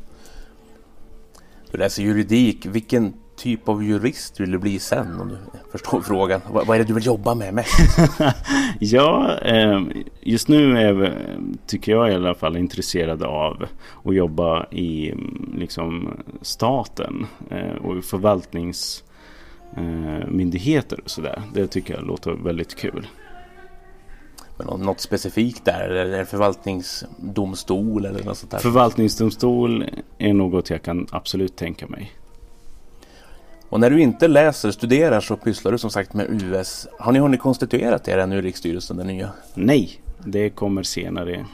Du läser juridik. Vilken typ av jurist vill du bli sen, om du förstår frågan? Vad, vad är det du vill jobba med mest? Ja, eh, just nu är, tycker jag i alla fall intresserad av att jobba i liksom, staten eh, och förvaltningsmyndigheter eh, och sådär. Det tycker jag låter väldigt kul. Men något specifikt där, eller förvaltningsdomstol eller något sånt där? Förvaltningsdomstol är något jag kan absolut tänka mig. Och när du inte läser, studerar, så pysslar du som sagt med U S. Har ni hunnit konstituerat er nu i riksstyrelsen, den nya? Nej, det kommer senare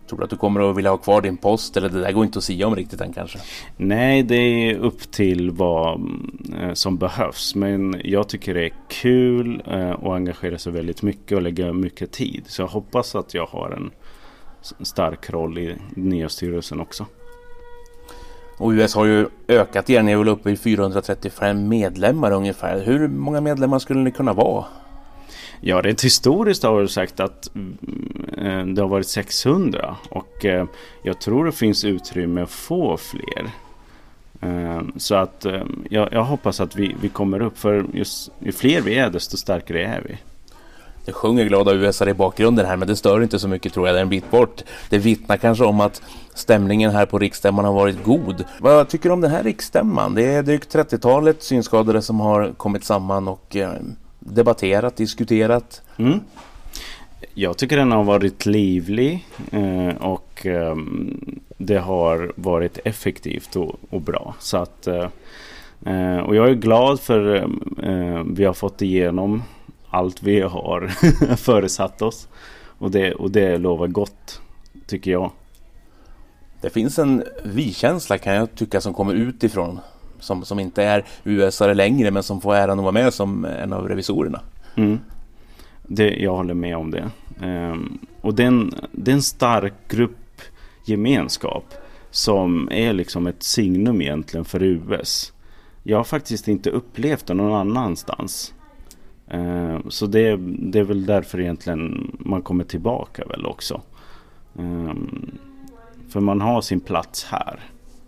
Tror du att du kommer att vilja ha kvar din post, eller det där går inte att säga om riktigt än kanske? Nej, det är upp till vad eh, som behövs. Men jag tycker det är kul eh, och engagera sig väldigt mycket och lägga mycket tid. Så jag hoppas att jag har en stark roll i nya styrelsen också. Och U S har ju ökat igen, ni är väl uppe i fyrahundratrettiofem medlemmar ungefär. Hur många medlemmar skulle ni kunna vara? Ja, rent historiskt har jag sagt att eh, det har varit sexhundra och eh, jag tror det finns utrymme att få fler. Eh, så att eh, jag, jag hoppas att vi, vi kommer upp, för just, ju fler vi är desto starkare är vi. Det sjunger glada U S-are i bakgrunden här, men det stör inte så mycket tror jag, det är en bit bort. Det vittnar kanske om att stämningen här på riksstämman har varit god. Vad tycker du om den här riksstämman? Det är drygt trettiotalet synskadade som har kommit samman och eh, debatterat, diskuterat. Mm. Jag tycker den har varit livlig eh, och eh, det har varit effektivt och, och bra. Så att, eh, och jag är glad för eh, vi har fått igenom allt vi har föresatt oss. Och det, och det lovar gott, tycker jag. Det finns en vi-känsla kan jag tycka som kommer utifrån. Som, som inte är U S-are längre, men som får äran att vara med som en av revisorerna. Mm. Det, jag håller med om det. Um, och det är, en, det är en stark gruppgemenskap som är liksom ett signum egentligen för U S. Jag har faktiskt inte upplevt det någon annanstans. Uh, så det, det är väl därför egentligen man kommer tillbaka väl också. Um, för man har sin plats här.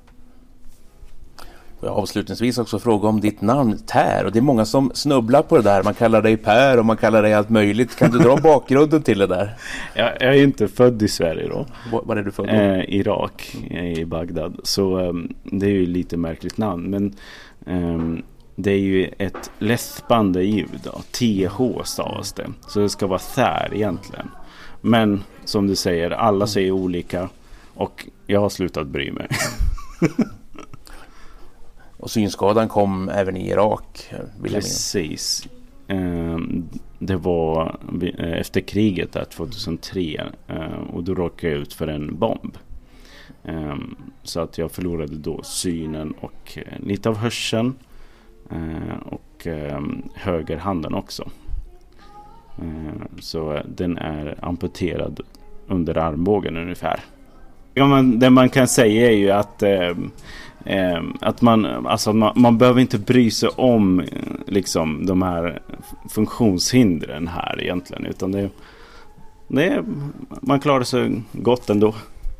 Jag avslutningsvis också fråga om ditt namn, Tär. Och det är många som snubblar på det där. Man kallar dig Per och man kallar dig allt möjligt. Kan du dra bakgrunden till det där? Jag, jag är inte född i Sverige då. Var, var är du född då? Eh, Irak, i Bagdad. Så eh, det är ju lite märkligt namn. Men eh, det är ju ett läspande ljud då. T H stavas det. Så det ska vara Tär egentligen. Men som du säger, alla säger olika. Och jag har slutat bry mig. Och synskadan kom även i Irak. Precis. Det var efter kriget där tjugohundratre. Och då råkade jag ut för en bomb. Så att jag förlorade då synen och lite av hörseln. Och högerhanden också. Så den är amputerad under armbågen ungefär. Ja, men det man kan säga är ju att eh, eh, att man, alltså man, man behöver inte bry sig om liksom de här funktionshindren här egentligen, utan det, det man klarar sig gott ändå.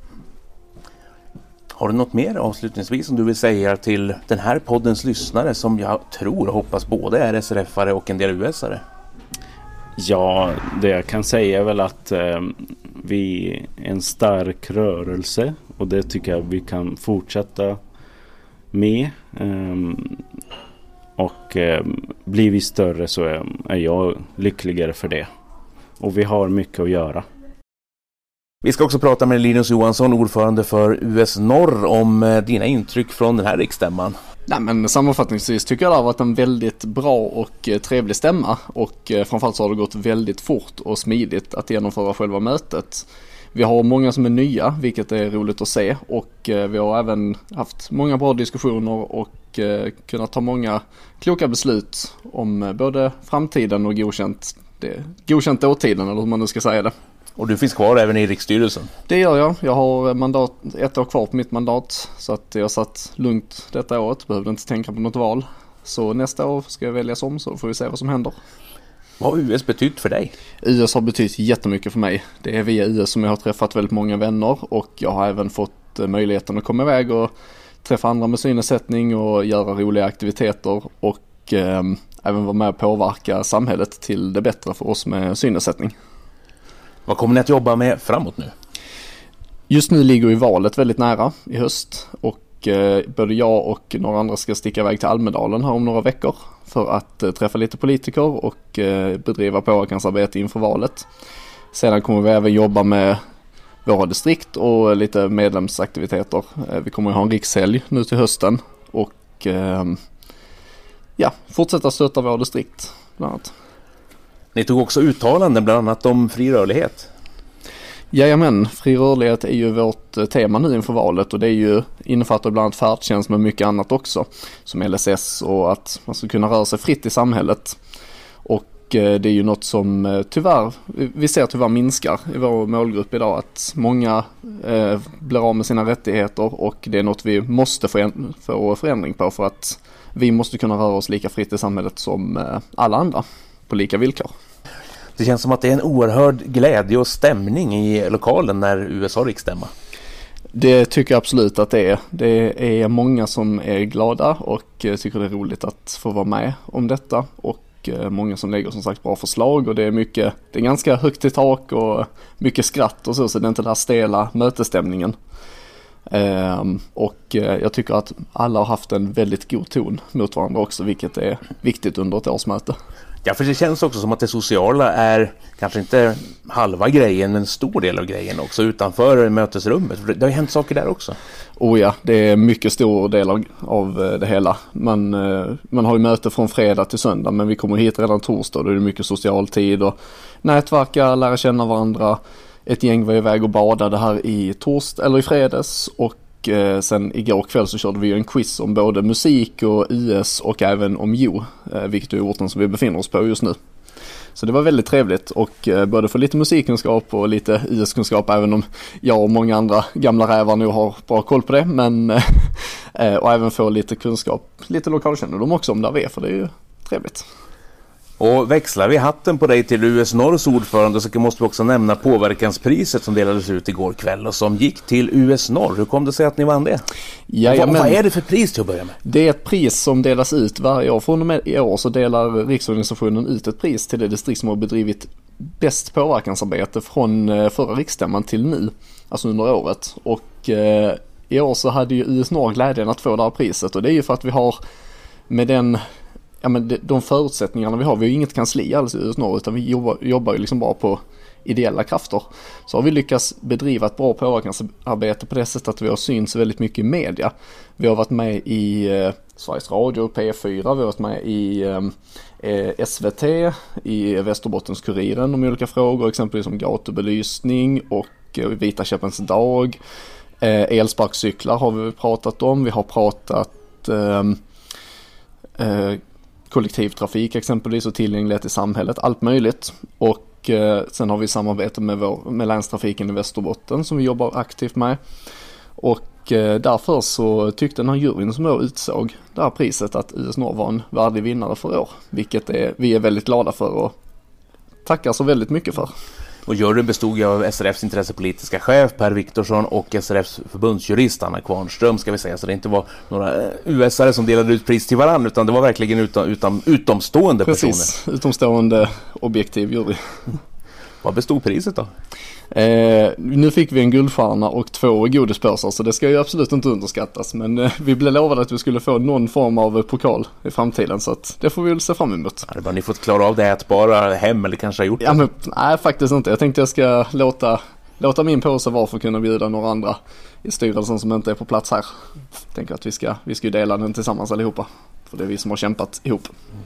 Har du något mer avslutningsvis som du vill säga till den här poddens lyssnare som jag tror och hoppas både är S R F-are och en del U S-are? Ja, det jag kan säga är väl att eh, vi är en stark rörelse och det tycker jag vi kan fortsätta med. Eh, och eh, blir vi större så är, är jag lyckligare för det. Och vi har mycket att göra. Vi ska också prata med Linus Johansson, ordförande för U S Norr, om eh, dina intryck från den här riksstämman. Nej, men sammanfattningsvis tycker jag det har varit en väldigt bra och trevlig stämma och framförallt så har det gått väldigt fort och smidigt att genomföra själva mötet. Vi har många som är nya, vilket är roligt att se, och vi har även haft många bra diskussioner och kunnat ta många kloka beslut om både framtiden och godkänt, det, godkänt dåtiden, eller hur man nu ska säga det. Och du finns kvar även i riksstyrelsen? Det gör jag. Jag har mandat, ett år kvar på mitt mandat. Så att jag satt lugnt detta året. Behövde inte tänka på något val. Så nästa år ska jag väljas om, så får vi se vad som händer. Vad har U S betytt för dig? U S har betytt jättemycket för mig. Det är via U S som jag har träffat väldigt många vänner. Och jag har även fått möjligheten att komma iväg och träffa andra med synnedsättning och göra roliga aktiviteter. Och eh, även vara med och påverka samhället till det bättre för oss med synnedsättning. Vad kommer ni att jobba med framåt nu? Just nu ligger ju valet väldigt nära i höst och eh, både jag och några andra ska sticka iväg till Almedalen här om några veckor för att eh, träffa lite politiker och eh, bedriva påverkansarbete inför valet. Sedan kommer vi även jobba med våra distrikt och lite medlemsaktiviteter. Eh, vi kommer att ha en rikshelg nu till hösten och eh, ja, fortsätta stötta våra distrikt bland annat. Ni tog också uttalanden bland annat om fri rörlighet. Jajamän, fri rörlighet är ju vårt tema nu inför valet och det är ju innefattar bland annat färdtjänst med mycket annat också som L S S och att man ska kunna röra sig fritt i samhället. Och det är ju något som tyvärr, vi ser tyvärr minskar i vår målgrupp idag, att många eh, blir av med sina rättigheter och det är något vi måste få, få förändring på för att vi måste kunna röra oss lika fritt i samhället som eh, alla andra på lika villkor. Det känns som att det är en oerhörd glädje och stämning i lokalen när U S A riksstämma. Det tycker jag absolut att det är. Det är många som är glada och tycker det är roligt att få vara med om detta och många som lägger som sagt bra förslag och det är mycket, det är ganska högt i tak och mycket skratt och så, så det är inte den här stela mötesstämningen. Ehm, och jag tycker att alla har haft en väldigt god ton mot varandra också, vilket är viktigt under ett årsmöte. Ja, för det känns också som att det sociala är kanske inte halva grejen, men en stor del av grejen också utanför mötesrummet. Det har ju hänt saker där också. Oh ja, det är mycket stor del av, av det hela. Man, man har ju möte från fredag till söndag, men vi kommer hit redan torsdag. Då är det mycket social tid och nätverka, lära känna varandra. Ett gäng var iväg och badade här i torsdag eller i fredags och Och sen igår kväll så körde vi ju en quiz om både musik och U S och även om Jo, vilket är orten som vi befinner oss på just nu. Så det var väldigt trevligt och både få lite musikkunskap och lite U S-kunskap, även om jag och många andra gamla rävar nu har bra koll på det. Men, och även få lite kunskap, lite lokalkännedom också om där vi är, för det är ju trevligt. Och växlar vi hatten på dig till U S Norrs ordförande så måste vi också nämna påverkanspriset som delades ut igår kväll och som gick till U S Norr. Hur kom det sig att ni vann det? Jajamän. Vad, vad är det för pris till att börja med? Det är ett pris som delas ut varje år. Från och med i år så delar Riksorganisationen ut ett pris till det distrikt som har bedrivit bäst påverkansarbete från förra riksstämman till nu, alltså under året. Och eh, i år så hade ju U S Norr glädjen att få det här priset och det är ju för att vi har med den Ja, men de förutsättningarna vi har, vi har ju inget kansli alls i U S Norr utan vi jobbar, jobbar ju liksom bara på ideella krafter. Så har vi lyckats bedriva ett bra påverkansarbete på det sättet att vi har synts väldigt mycket i media. Vi har varit med i eh, Sveriges Radio, P fyra, vi har varit med i eh, S V T, i Västerbottens-Kuriren om olika frågor, exempelvis om gatubelysning och eh, Vita käppens dag. Eh, elsparkcyklar har vi pratat om, vi har pratat eh, eh, kollektivtrafik exempelvis och tillgänglighet i samhället, allt möjligt. Och eh, sen har vi samarbete med, vår, med länstrafiken i Västerbotten som vi jobbar aktivt med. Och eh, därför så tyckte den här juryn som då utsåg det här priset att U S Norr var en värdig vinnare för år. Vilket är, vi är väldigt glada för och tackar så väldigt mycket för. Och juryn bestod ju av S R F:s intressepolitiska chef Per Viktorsson och S R F:s förbundsjurist Anna Kvarnström, ska vi säga. Så det inte var några U S-are som delade ut pris till varandra utan det var verkligen utom, utom, utomstående personer. Precis, utomstående objektiv jury. Vad bestod priset då? Eh, nu fick vi en guldstjärna och två godispåsar så det ska ju absolut inte underskattas, men eh, vi blev lovade att vi skulle få någon form av pokal i framtiden så att det får vi väl se fram emot. Ja, det var ni fått klara av det ätbara hem eller kanske har gjort det? Ja, men, nej, faktiskt inte. Jag tänkte jag ska låta, låta min påse vara för att kunna bjuda några andra i styrelsen som inte är på plats här. Jag tänker att vi ska, vi ska dela den tillsammans allihopa, för det är vi som har kämpat ihop.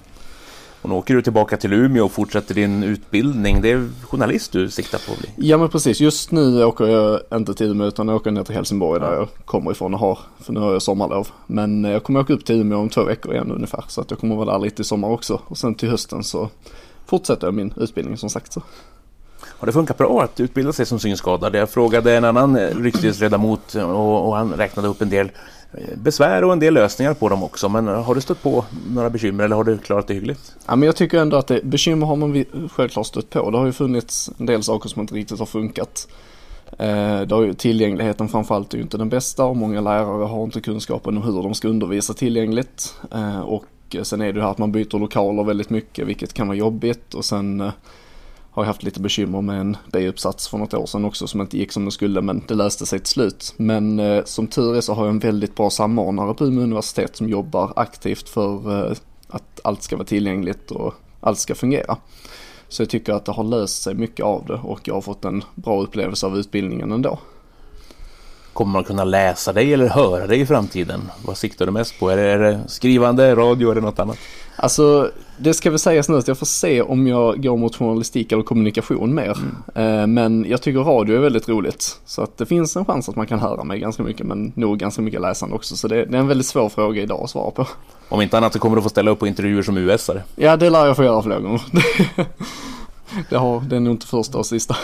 Och nu åker du tillbaka till Umeå och fortsätter din utbildning. Det är journalist du siktar på att bli. Ja, men precis. Just nu åker jag inte till Umeå utan jag åker ner till Helsingborg där jag kommer ifrån och har, för nu har jag sommarlov. Men jag kommer åka upp till Umeå om två veckor igen ungefär. Så att jag kommer vara där lite i sommar också. Och sen till hösten så fortsätter jag min utbildning som sagt så. Har det funkat bra att utbilda sig som synskadad? Jag frågade en annan riksdagsledamot och, och han räknade upp en del besvär och en del lösningar på dem också. Men har du stött på några bekymmer eller har du klarat det hyggligt? Ja, men jag tycker ändå att det, bekymmer har man självklart stött på. Det har ju funnits en del saker som inte riktigt har funkat. Eh, det har ju, tillgängligheten framförallt är ju inte den bästa och många lärare har inte kunskapen om hur de ska undervisa tillgängligt. Eh, och sen är det ju här att man byter lokaler väldigt mycket, vilket kan vara jobbigt. Och sen eh, har jag haft lite bekymmer med en B-uppsats för något år sedan också som inte gick som det skulle, men det löste sig till slut. Men eh, som tur är så har jag en väldigt bra samordnare på Umeå universitet som jobbar aktivt för eh, att allt ska vara tillgängligt och allt ska fungera. Så jag tycker att det har löst sig mycket av det och jag har fått en bra upplevelse av utbildningen ändå. Kommer man kunna läsa dig eller höra dig i framtiden? Vad siktar du mest på? Är det, är det skrivande, radio eller något annat? Alltså, Det ska väl sägas nu att jag får se om jag går mot journalistik eller kommunikation mer. Mm. Men jag tycker radio är väldigt roligt. Så att det finns en chans att man kan höra mig ganska mycket, men nog ganska mycket läsande också. Så det, det är en väldigt svår fråga idag att svara på. Om inte annat så kommer du få ställa upp på intervjuer som U S-are. Ja, det lär jag få göra fler gånger. det, har, det är nog inte första och sista.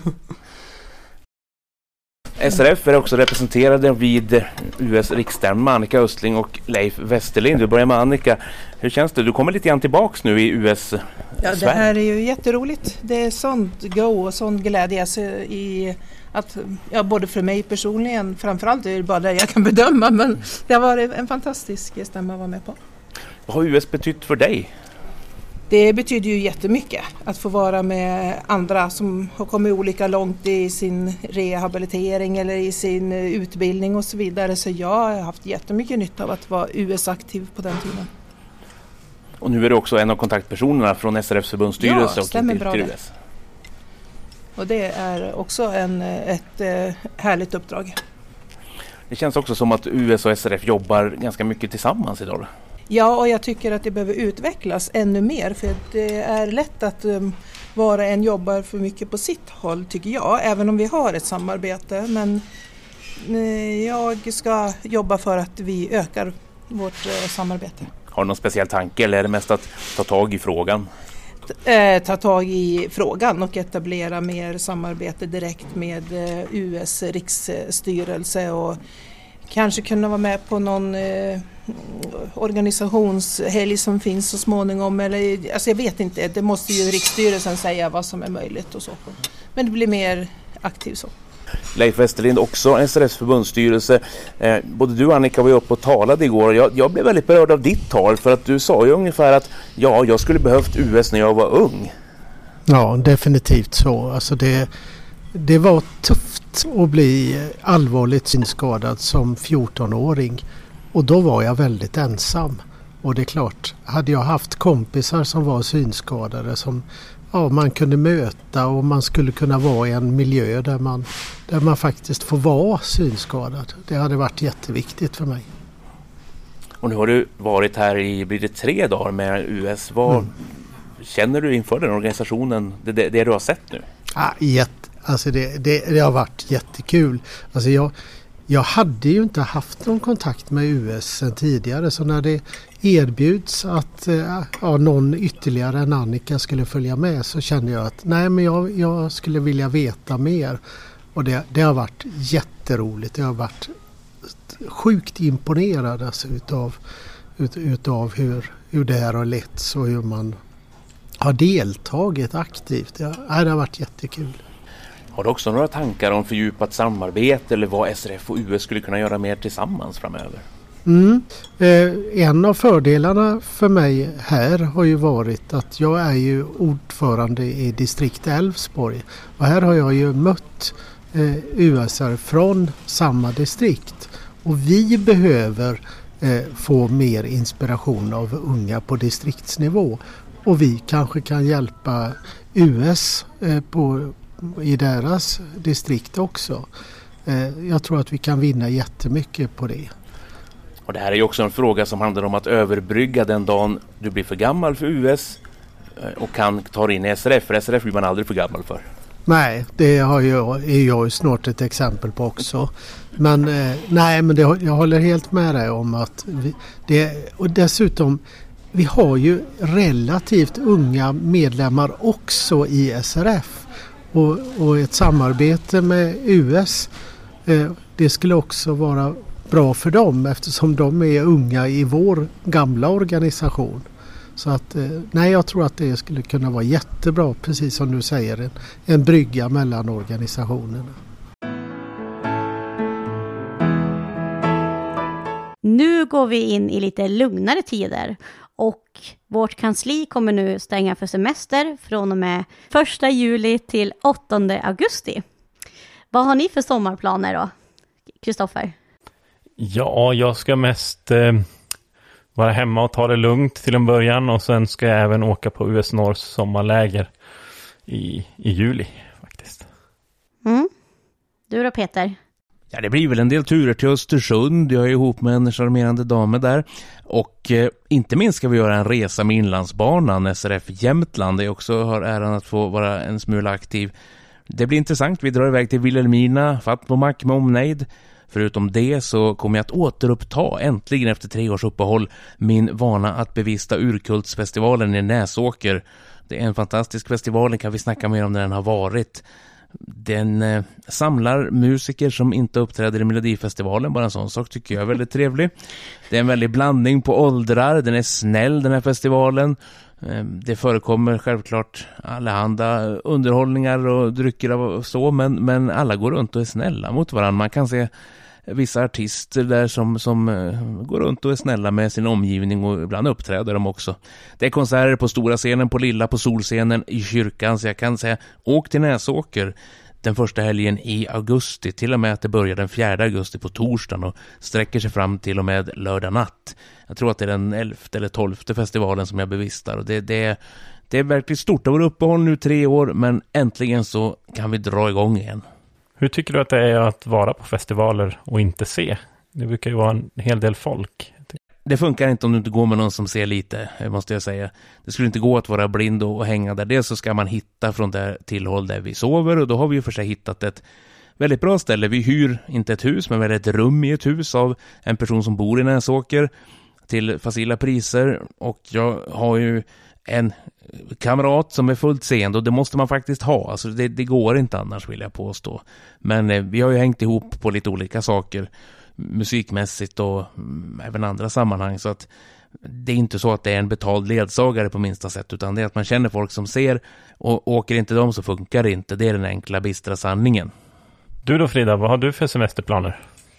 S R F är också representerade vid U S riksstämma, Annika Östling och Leif Westerlind. Vi börjar med Annika. Hur känns det? Du kommer lite grann tillbaks nu i U S Ja, det här är ju jätteroligt. Det är sånt go och sån glädje i att, ja, både för mig personligen, framförallt är det bara det jag kan bedöma, men det har varit en fantastisk stämma att vara med på. Vad har U S betytt för dig? Det betyder ju jättemycket att få vara med andra som har kommit olika långt i sin rehabilitering eller i sin utbildning och så vidare. Så jag har haft jättemycket nytta av att vara U S-aktiv på den tiden. Och nu är du också en av kontaktpersonerna från S R F:s förbundsstyrelse. Ja, stämmer och bra till det. U S. Och det är också en, ett härligt uppdrag. Det känns också som att U S och S R F jobbar ganska mycket tillsammans idag. Ja, och jag tycker att det behöver utvecklas ännu mer, för det är lätt att um, vara en jobbar för mycket på sitt håll, tycker jag, även om vi har ett samarbete. Men uh, jag ska jobba för att vi ökar vårt uh, samarbete. Har du någon speciell tanke eller är det mest att ta tag i frågan? Uh, ta tag i frågan och etablera mer samarbete direkt med uh, U S riksstyrelse och kanske kunna vara med på någon eh, organisationshelg som finns så småningom. Eller, alltså jag vet inte, det måste ju riksstyrelsen säga vad som är möjligt och så. Men det blir mer aktivt så. Leif Westerlind, också S R F:s förbundsstyrelse. Eh, både du och Annika var ju uppe och talade igår. Jag, jag blev väldigt berörd av ditt tal för att du sa ju ungefär att ja, jag skulle behövt U S när jag var ung. Ja, definitivt så. Alltså det, det var tufft att bli allvarligt synskadad som fjortonåring och då var jag väldigt ensam. Och det är klart, hade jag haft kompisar som var synskadade som ja, man kunde möta och man skulle kunna vara i en miljö där man, där man faktiskt får vara synskadad. Det hade varit jätteviktigt för mig. Och nu har du varit här i, blir det tre dagar med U S. Vad mm. känner du inför den organisationen, det, det, det du har sett nu? Ja, jätte, alltså det, det, det har varit jättekul. Alltså jag, jag hade ju inte haft någon kontakt med U S sedan tidigare, så när det erbjuds att ja, någon ytterligare än Annika skulle följa med så kände jag att nej, men jag, jag skulle vilja veta mer. Och det, det har varit jätteroligt. Det har varit sjukt imponerad alltså, utav, ut, utav hur, hur det här har letts och hur man har deltagit aktivt. Det, ja, det har varit jättekul. Har du också några tankar om fördjupat samarbete eller vad S R F och U S skulle kunna göra mer tillsammans framöver? Mm. Eh, en av fördelarna för mig här har ju varit att jag är ju ordförande i distrikt Älvsborg och här har jag ju mött eh, U S R från samma distrikt och vi behöver eh, få mer inspiration av unga på distriktsnivå och vi kanske kan hjälpa U S eh, på i deras distrikt också. Eh, jag tror att vi kan vinna jättemycket på det. Och det här är ju också en fråga som handlar om att överbrygga den dagen du blir för gammal för U S och kan ta in i S R F. För S R F blir man aldrig för gammal för. Nej, det har jag, är jag ju snart ett exempel på också. Men eh, nej, men det, jag håller helt med dig om att vi, det, och dessutom vi har ju relativt unga medlemmar också i S R F. Och, och ett samarbete med U S, eh, det skulle också vara bra för dem eftersom de är unga i vår gamla organisation. Så att, eh, nej, jag tror att det skulle kunna vara jättebra, precis som du säger, en, en brygga mellan organisationerna. Nu går vi in i lite lugnare tider. Och vårt kansli kommer nu stänga för semester från och med första juli till åttonde augusti. Vad har ni för sommarplaner då, Kristoffer? Ja, jag ska mest eh, vara hemma och ta det lugnt till en början. Och sen ska jag även åka på U S Norrs sommarläger i, i juli faktiskt. Mm. Du då, Peter? Ja, det blir väl en del turer till Östersund. Jag är ihop med en charmerande dame där. Och eh, inte minst ska vi göra en resa med Inlandsbanan, S R F Jämtland. Det också har äran att få vara en smula aktiv. Det blir intressant. Vi drar iväg till Vilhelmina, Fatmomak med omnejd. Förutom det så kommer jag att återuppta, äntligen efter tre års uppehåll, min vana att bevista Urkultsfestivalen i Näsåker. Det är en fantastisk festival, kan vi snacka mer om när den har varit. Den eh, samlar musiker som inte uppträder i Melodifestivalen, bara en sån sak tycker jag är väldigt trevlig. Det är en väldig blandning på åldrar, den är snäll den här festivalen. Eh, det förekommer självklart allehanda underhållningar och drycker och så, men, men alla går runt och är snälla mot varandra. Man kan se vissa artister där som, som uh, går runt och är snälla med sin omgivning och ibland uppträder de också. Det är konserter på stora scenen, på lilla, på solscenen, i kyrkan, så jag kan säga åk till Näsåker den första helgen i augusti, till och med att det börjar den fjärde augusti på torsdagen och sträcker sig fram till och med lördag natt. Jag tror att det är den elfte eller tolfte festivalen som jag bevistar och det, det, det är verkligen stort. Det var uppehåll nu tre år, men äntligen så kan vi dra igång igen. Hur tycker du att det är att vara på festivaler och inte se? Det brukar ju vara en hel del folk. Det funkar inte om du inte går med någon som ser lite, måste jag säga. Det skulle inte gå att vara blind och hänga där. Dels så ska man hitta från det tillhåll där vi sover, och då har vi ju för sig hittat ett väldigt bra ställe. Vi hyr inte ett hus, men väl ett rum i ett hus av en person som bor i Näsåker till facila priser. Och jag har ju en kamrat som är fullt seende, och det måste man faktiskt ha. Alltså det, det går inte annars, vill jag påstå. Men eh, vi har ju hängt ihop på lite olika saker, musikmässigt och mm, även andra sammanhang, så att det är inte så att det är en betald ledsagare på minsta sätt, utan det är att man känner folk som ser, och åker inte de så funkar det inte. Det är den enkla bistra sanningen. Du då Frida, vad har du för semesterplaner?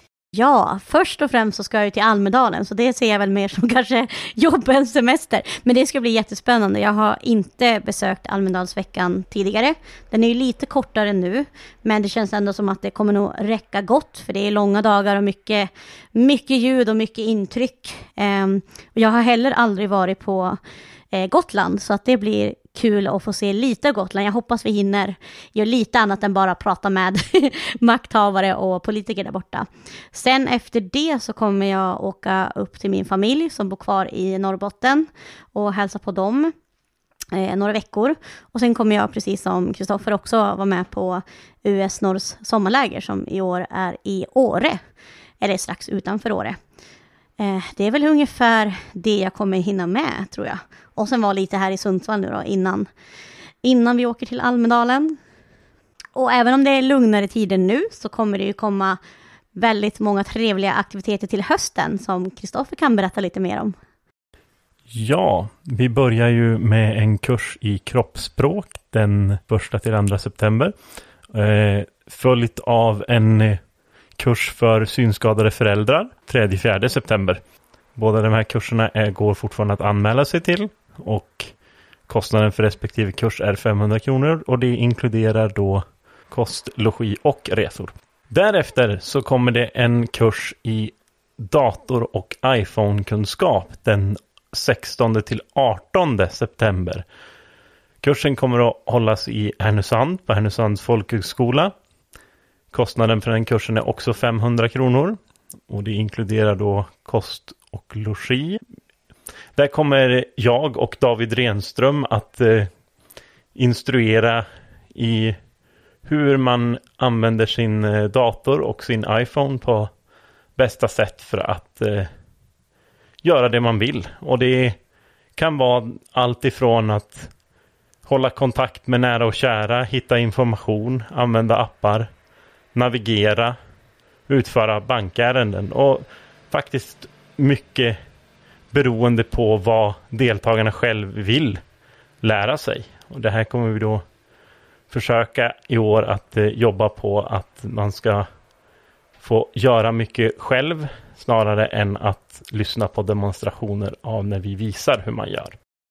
Ja, först och främst så ska jag ju till Almedalen, så det ser jag väl mer som kanske jobb än semester. Men det ska bli jättespännande. Jag har inte besökt Almedalsveckan tidigare. Den är ju lite kortare nu, men det känns ändå som att det kommer nog räcka gott, för det är långa dagar och mycket, mycket ljud och mycket intryck. Um, och jag har heller aldrig varit på eh, Gotland, så att det blir kul att få se lite av Gotland. Jag hoppas vi hinner göra lite annat än bara prata med makthavare och politiker där borta. Sen efter det så kommer jag åka upp till min familj som bor kvar i Norrbotten och hälsa på dem eh, några veckor. Och sen kommer jag, precis som Kristoffer, också vara med på U S Norrs sommarläger som i år är i Åre, eller strax utanför Åre. Eh, det är väl ungefär det jag kommer hinna med, tror jag. Och sen var lite här i Sundsvall nu då, innan, innan vi åker till Almedalen. Och även om det är lugnare tider nu så kommer det ju komma väldigt många trevliga aktiviteter till hösten som Kristoffer kan berätta lite mer om. Ja, vi börjar ju med en kurs i kroppsspråk den första till andra september. Eh, följt av en kurs för synskadade föräldrar tredje fjärde september. Båda de här kurserna är, går fortfarande att anmäla sig till, och kostnaden för respektive kurs är femhundra kronor, och det inkluderar då kost, logi och resor. Därefter så kommer det en kurs i dator- och iPhone-kunskap den sextonde till artonde september. Kursen kommer att hållas i Härnösand på Härnösands folkhögskola. Kostnaden för den kursen är också femhundra kronor, och det inkluderar då kost och logi. Där kommer jag och David Renström att eh, instruera i hur man använder sin eh, dator och sin iPhone på bästa sätt för att eh, göra det man vill. Och det kan vara allt ifrån att hålla kontakt med nära och kära, hitta information, använda appar, navigera, utföra bankärenden, och faktiskt mycket beroende på vad deltagarna själv vill lära sig. Och det här kommer vi då försöka i år att eh, jobba på att man ska få göra mycket själv snarare än att lyssna på demonstrationer av när vi visar hur man gör.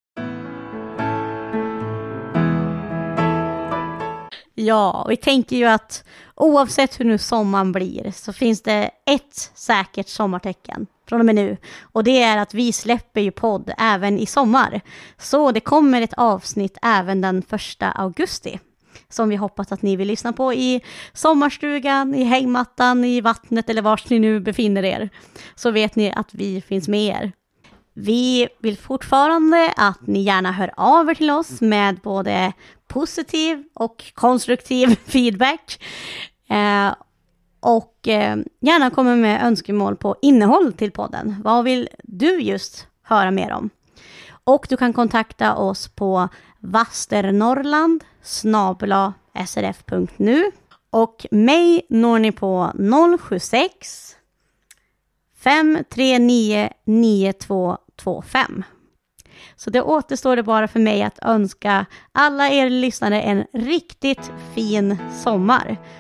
Ja, vi tänker ju att oavsett hur nu sommaren blir så finns det ett säkert sommartecken från och med nu. Och det är att vi släpper ju podd även i sommar. Så det kommer ett avsnitt även den första augusti. som vi hoppas att ni vill lyssna på i sommarstugan, i hängmattan, i vattnet eller var ni nu befinner er. Så vet ni att vi finns med er. Vi vill fortfarande att ni gärna hör av er till oss med både positiv och konstruktiv feedback. Eh, och eh, gärna kommer med önskemål på innehåll till podden. Vad vill du just höra mer om? Och du kan kontakta oss på vasternorrland snabel-a s r f punkt n u och mig når ni på noll sju sex fem tre nio nio två två fem. Så det återstår det bara för mig att önska alla er lyssnare en riktigt fin sommar.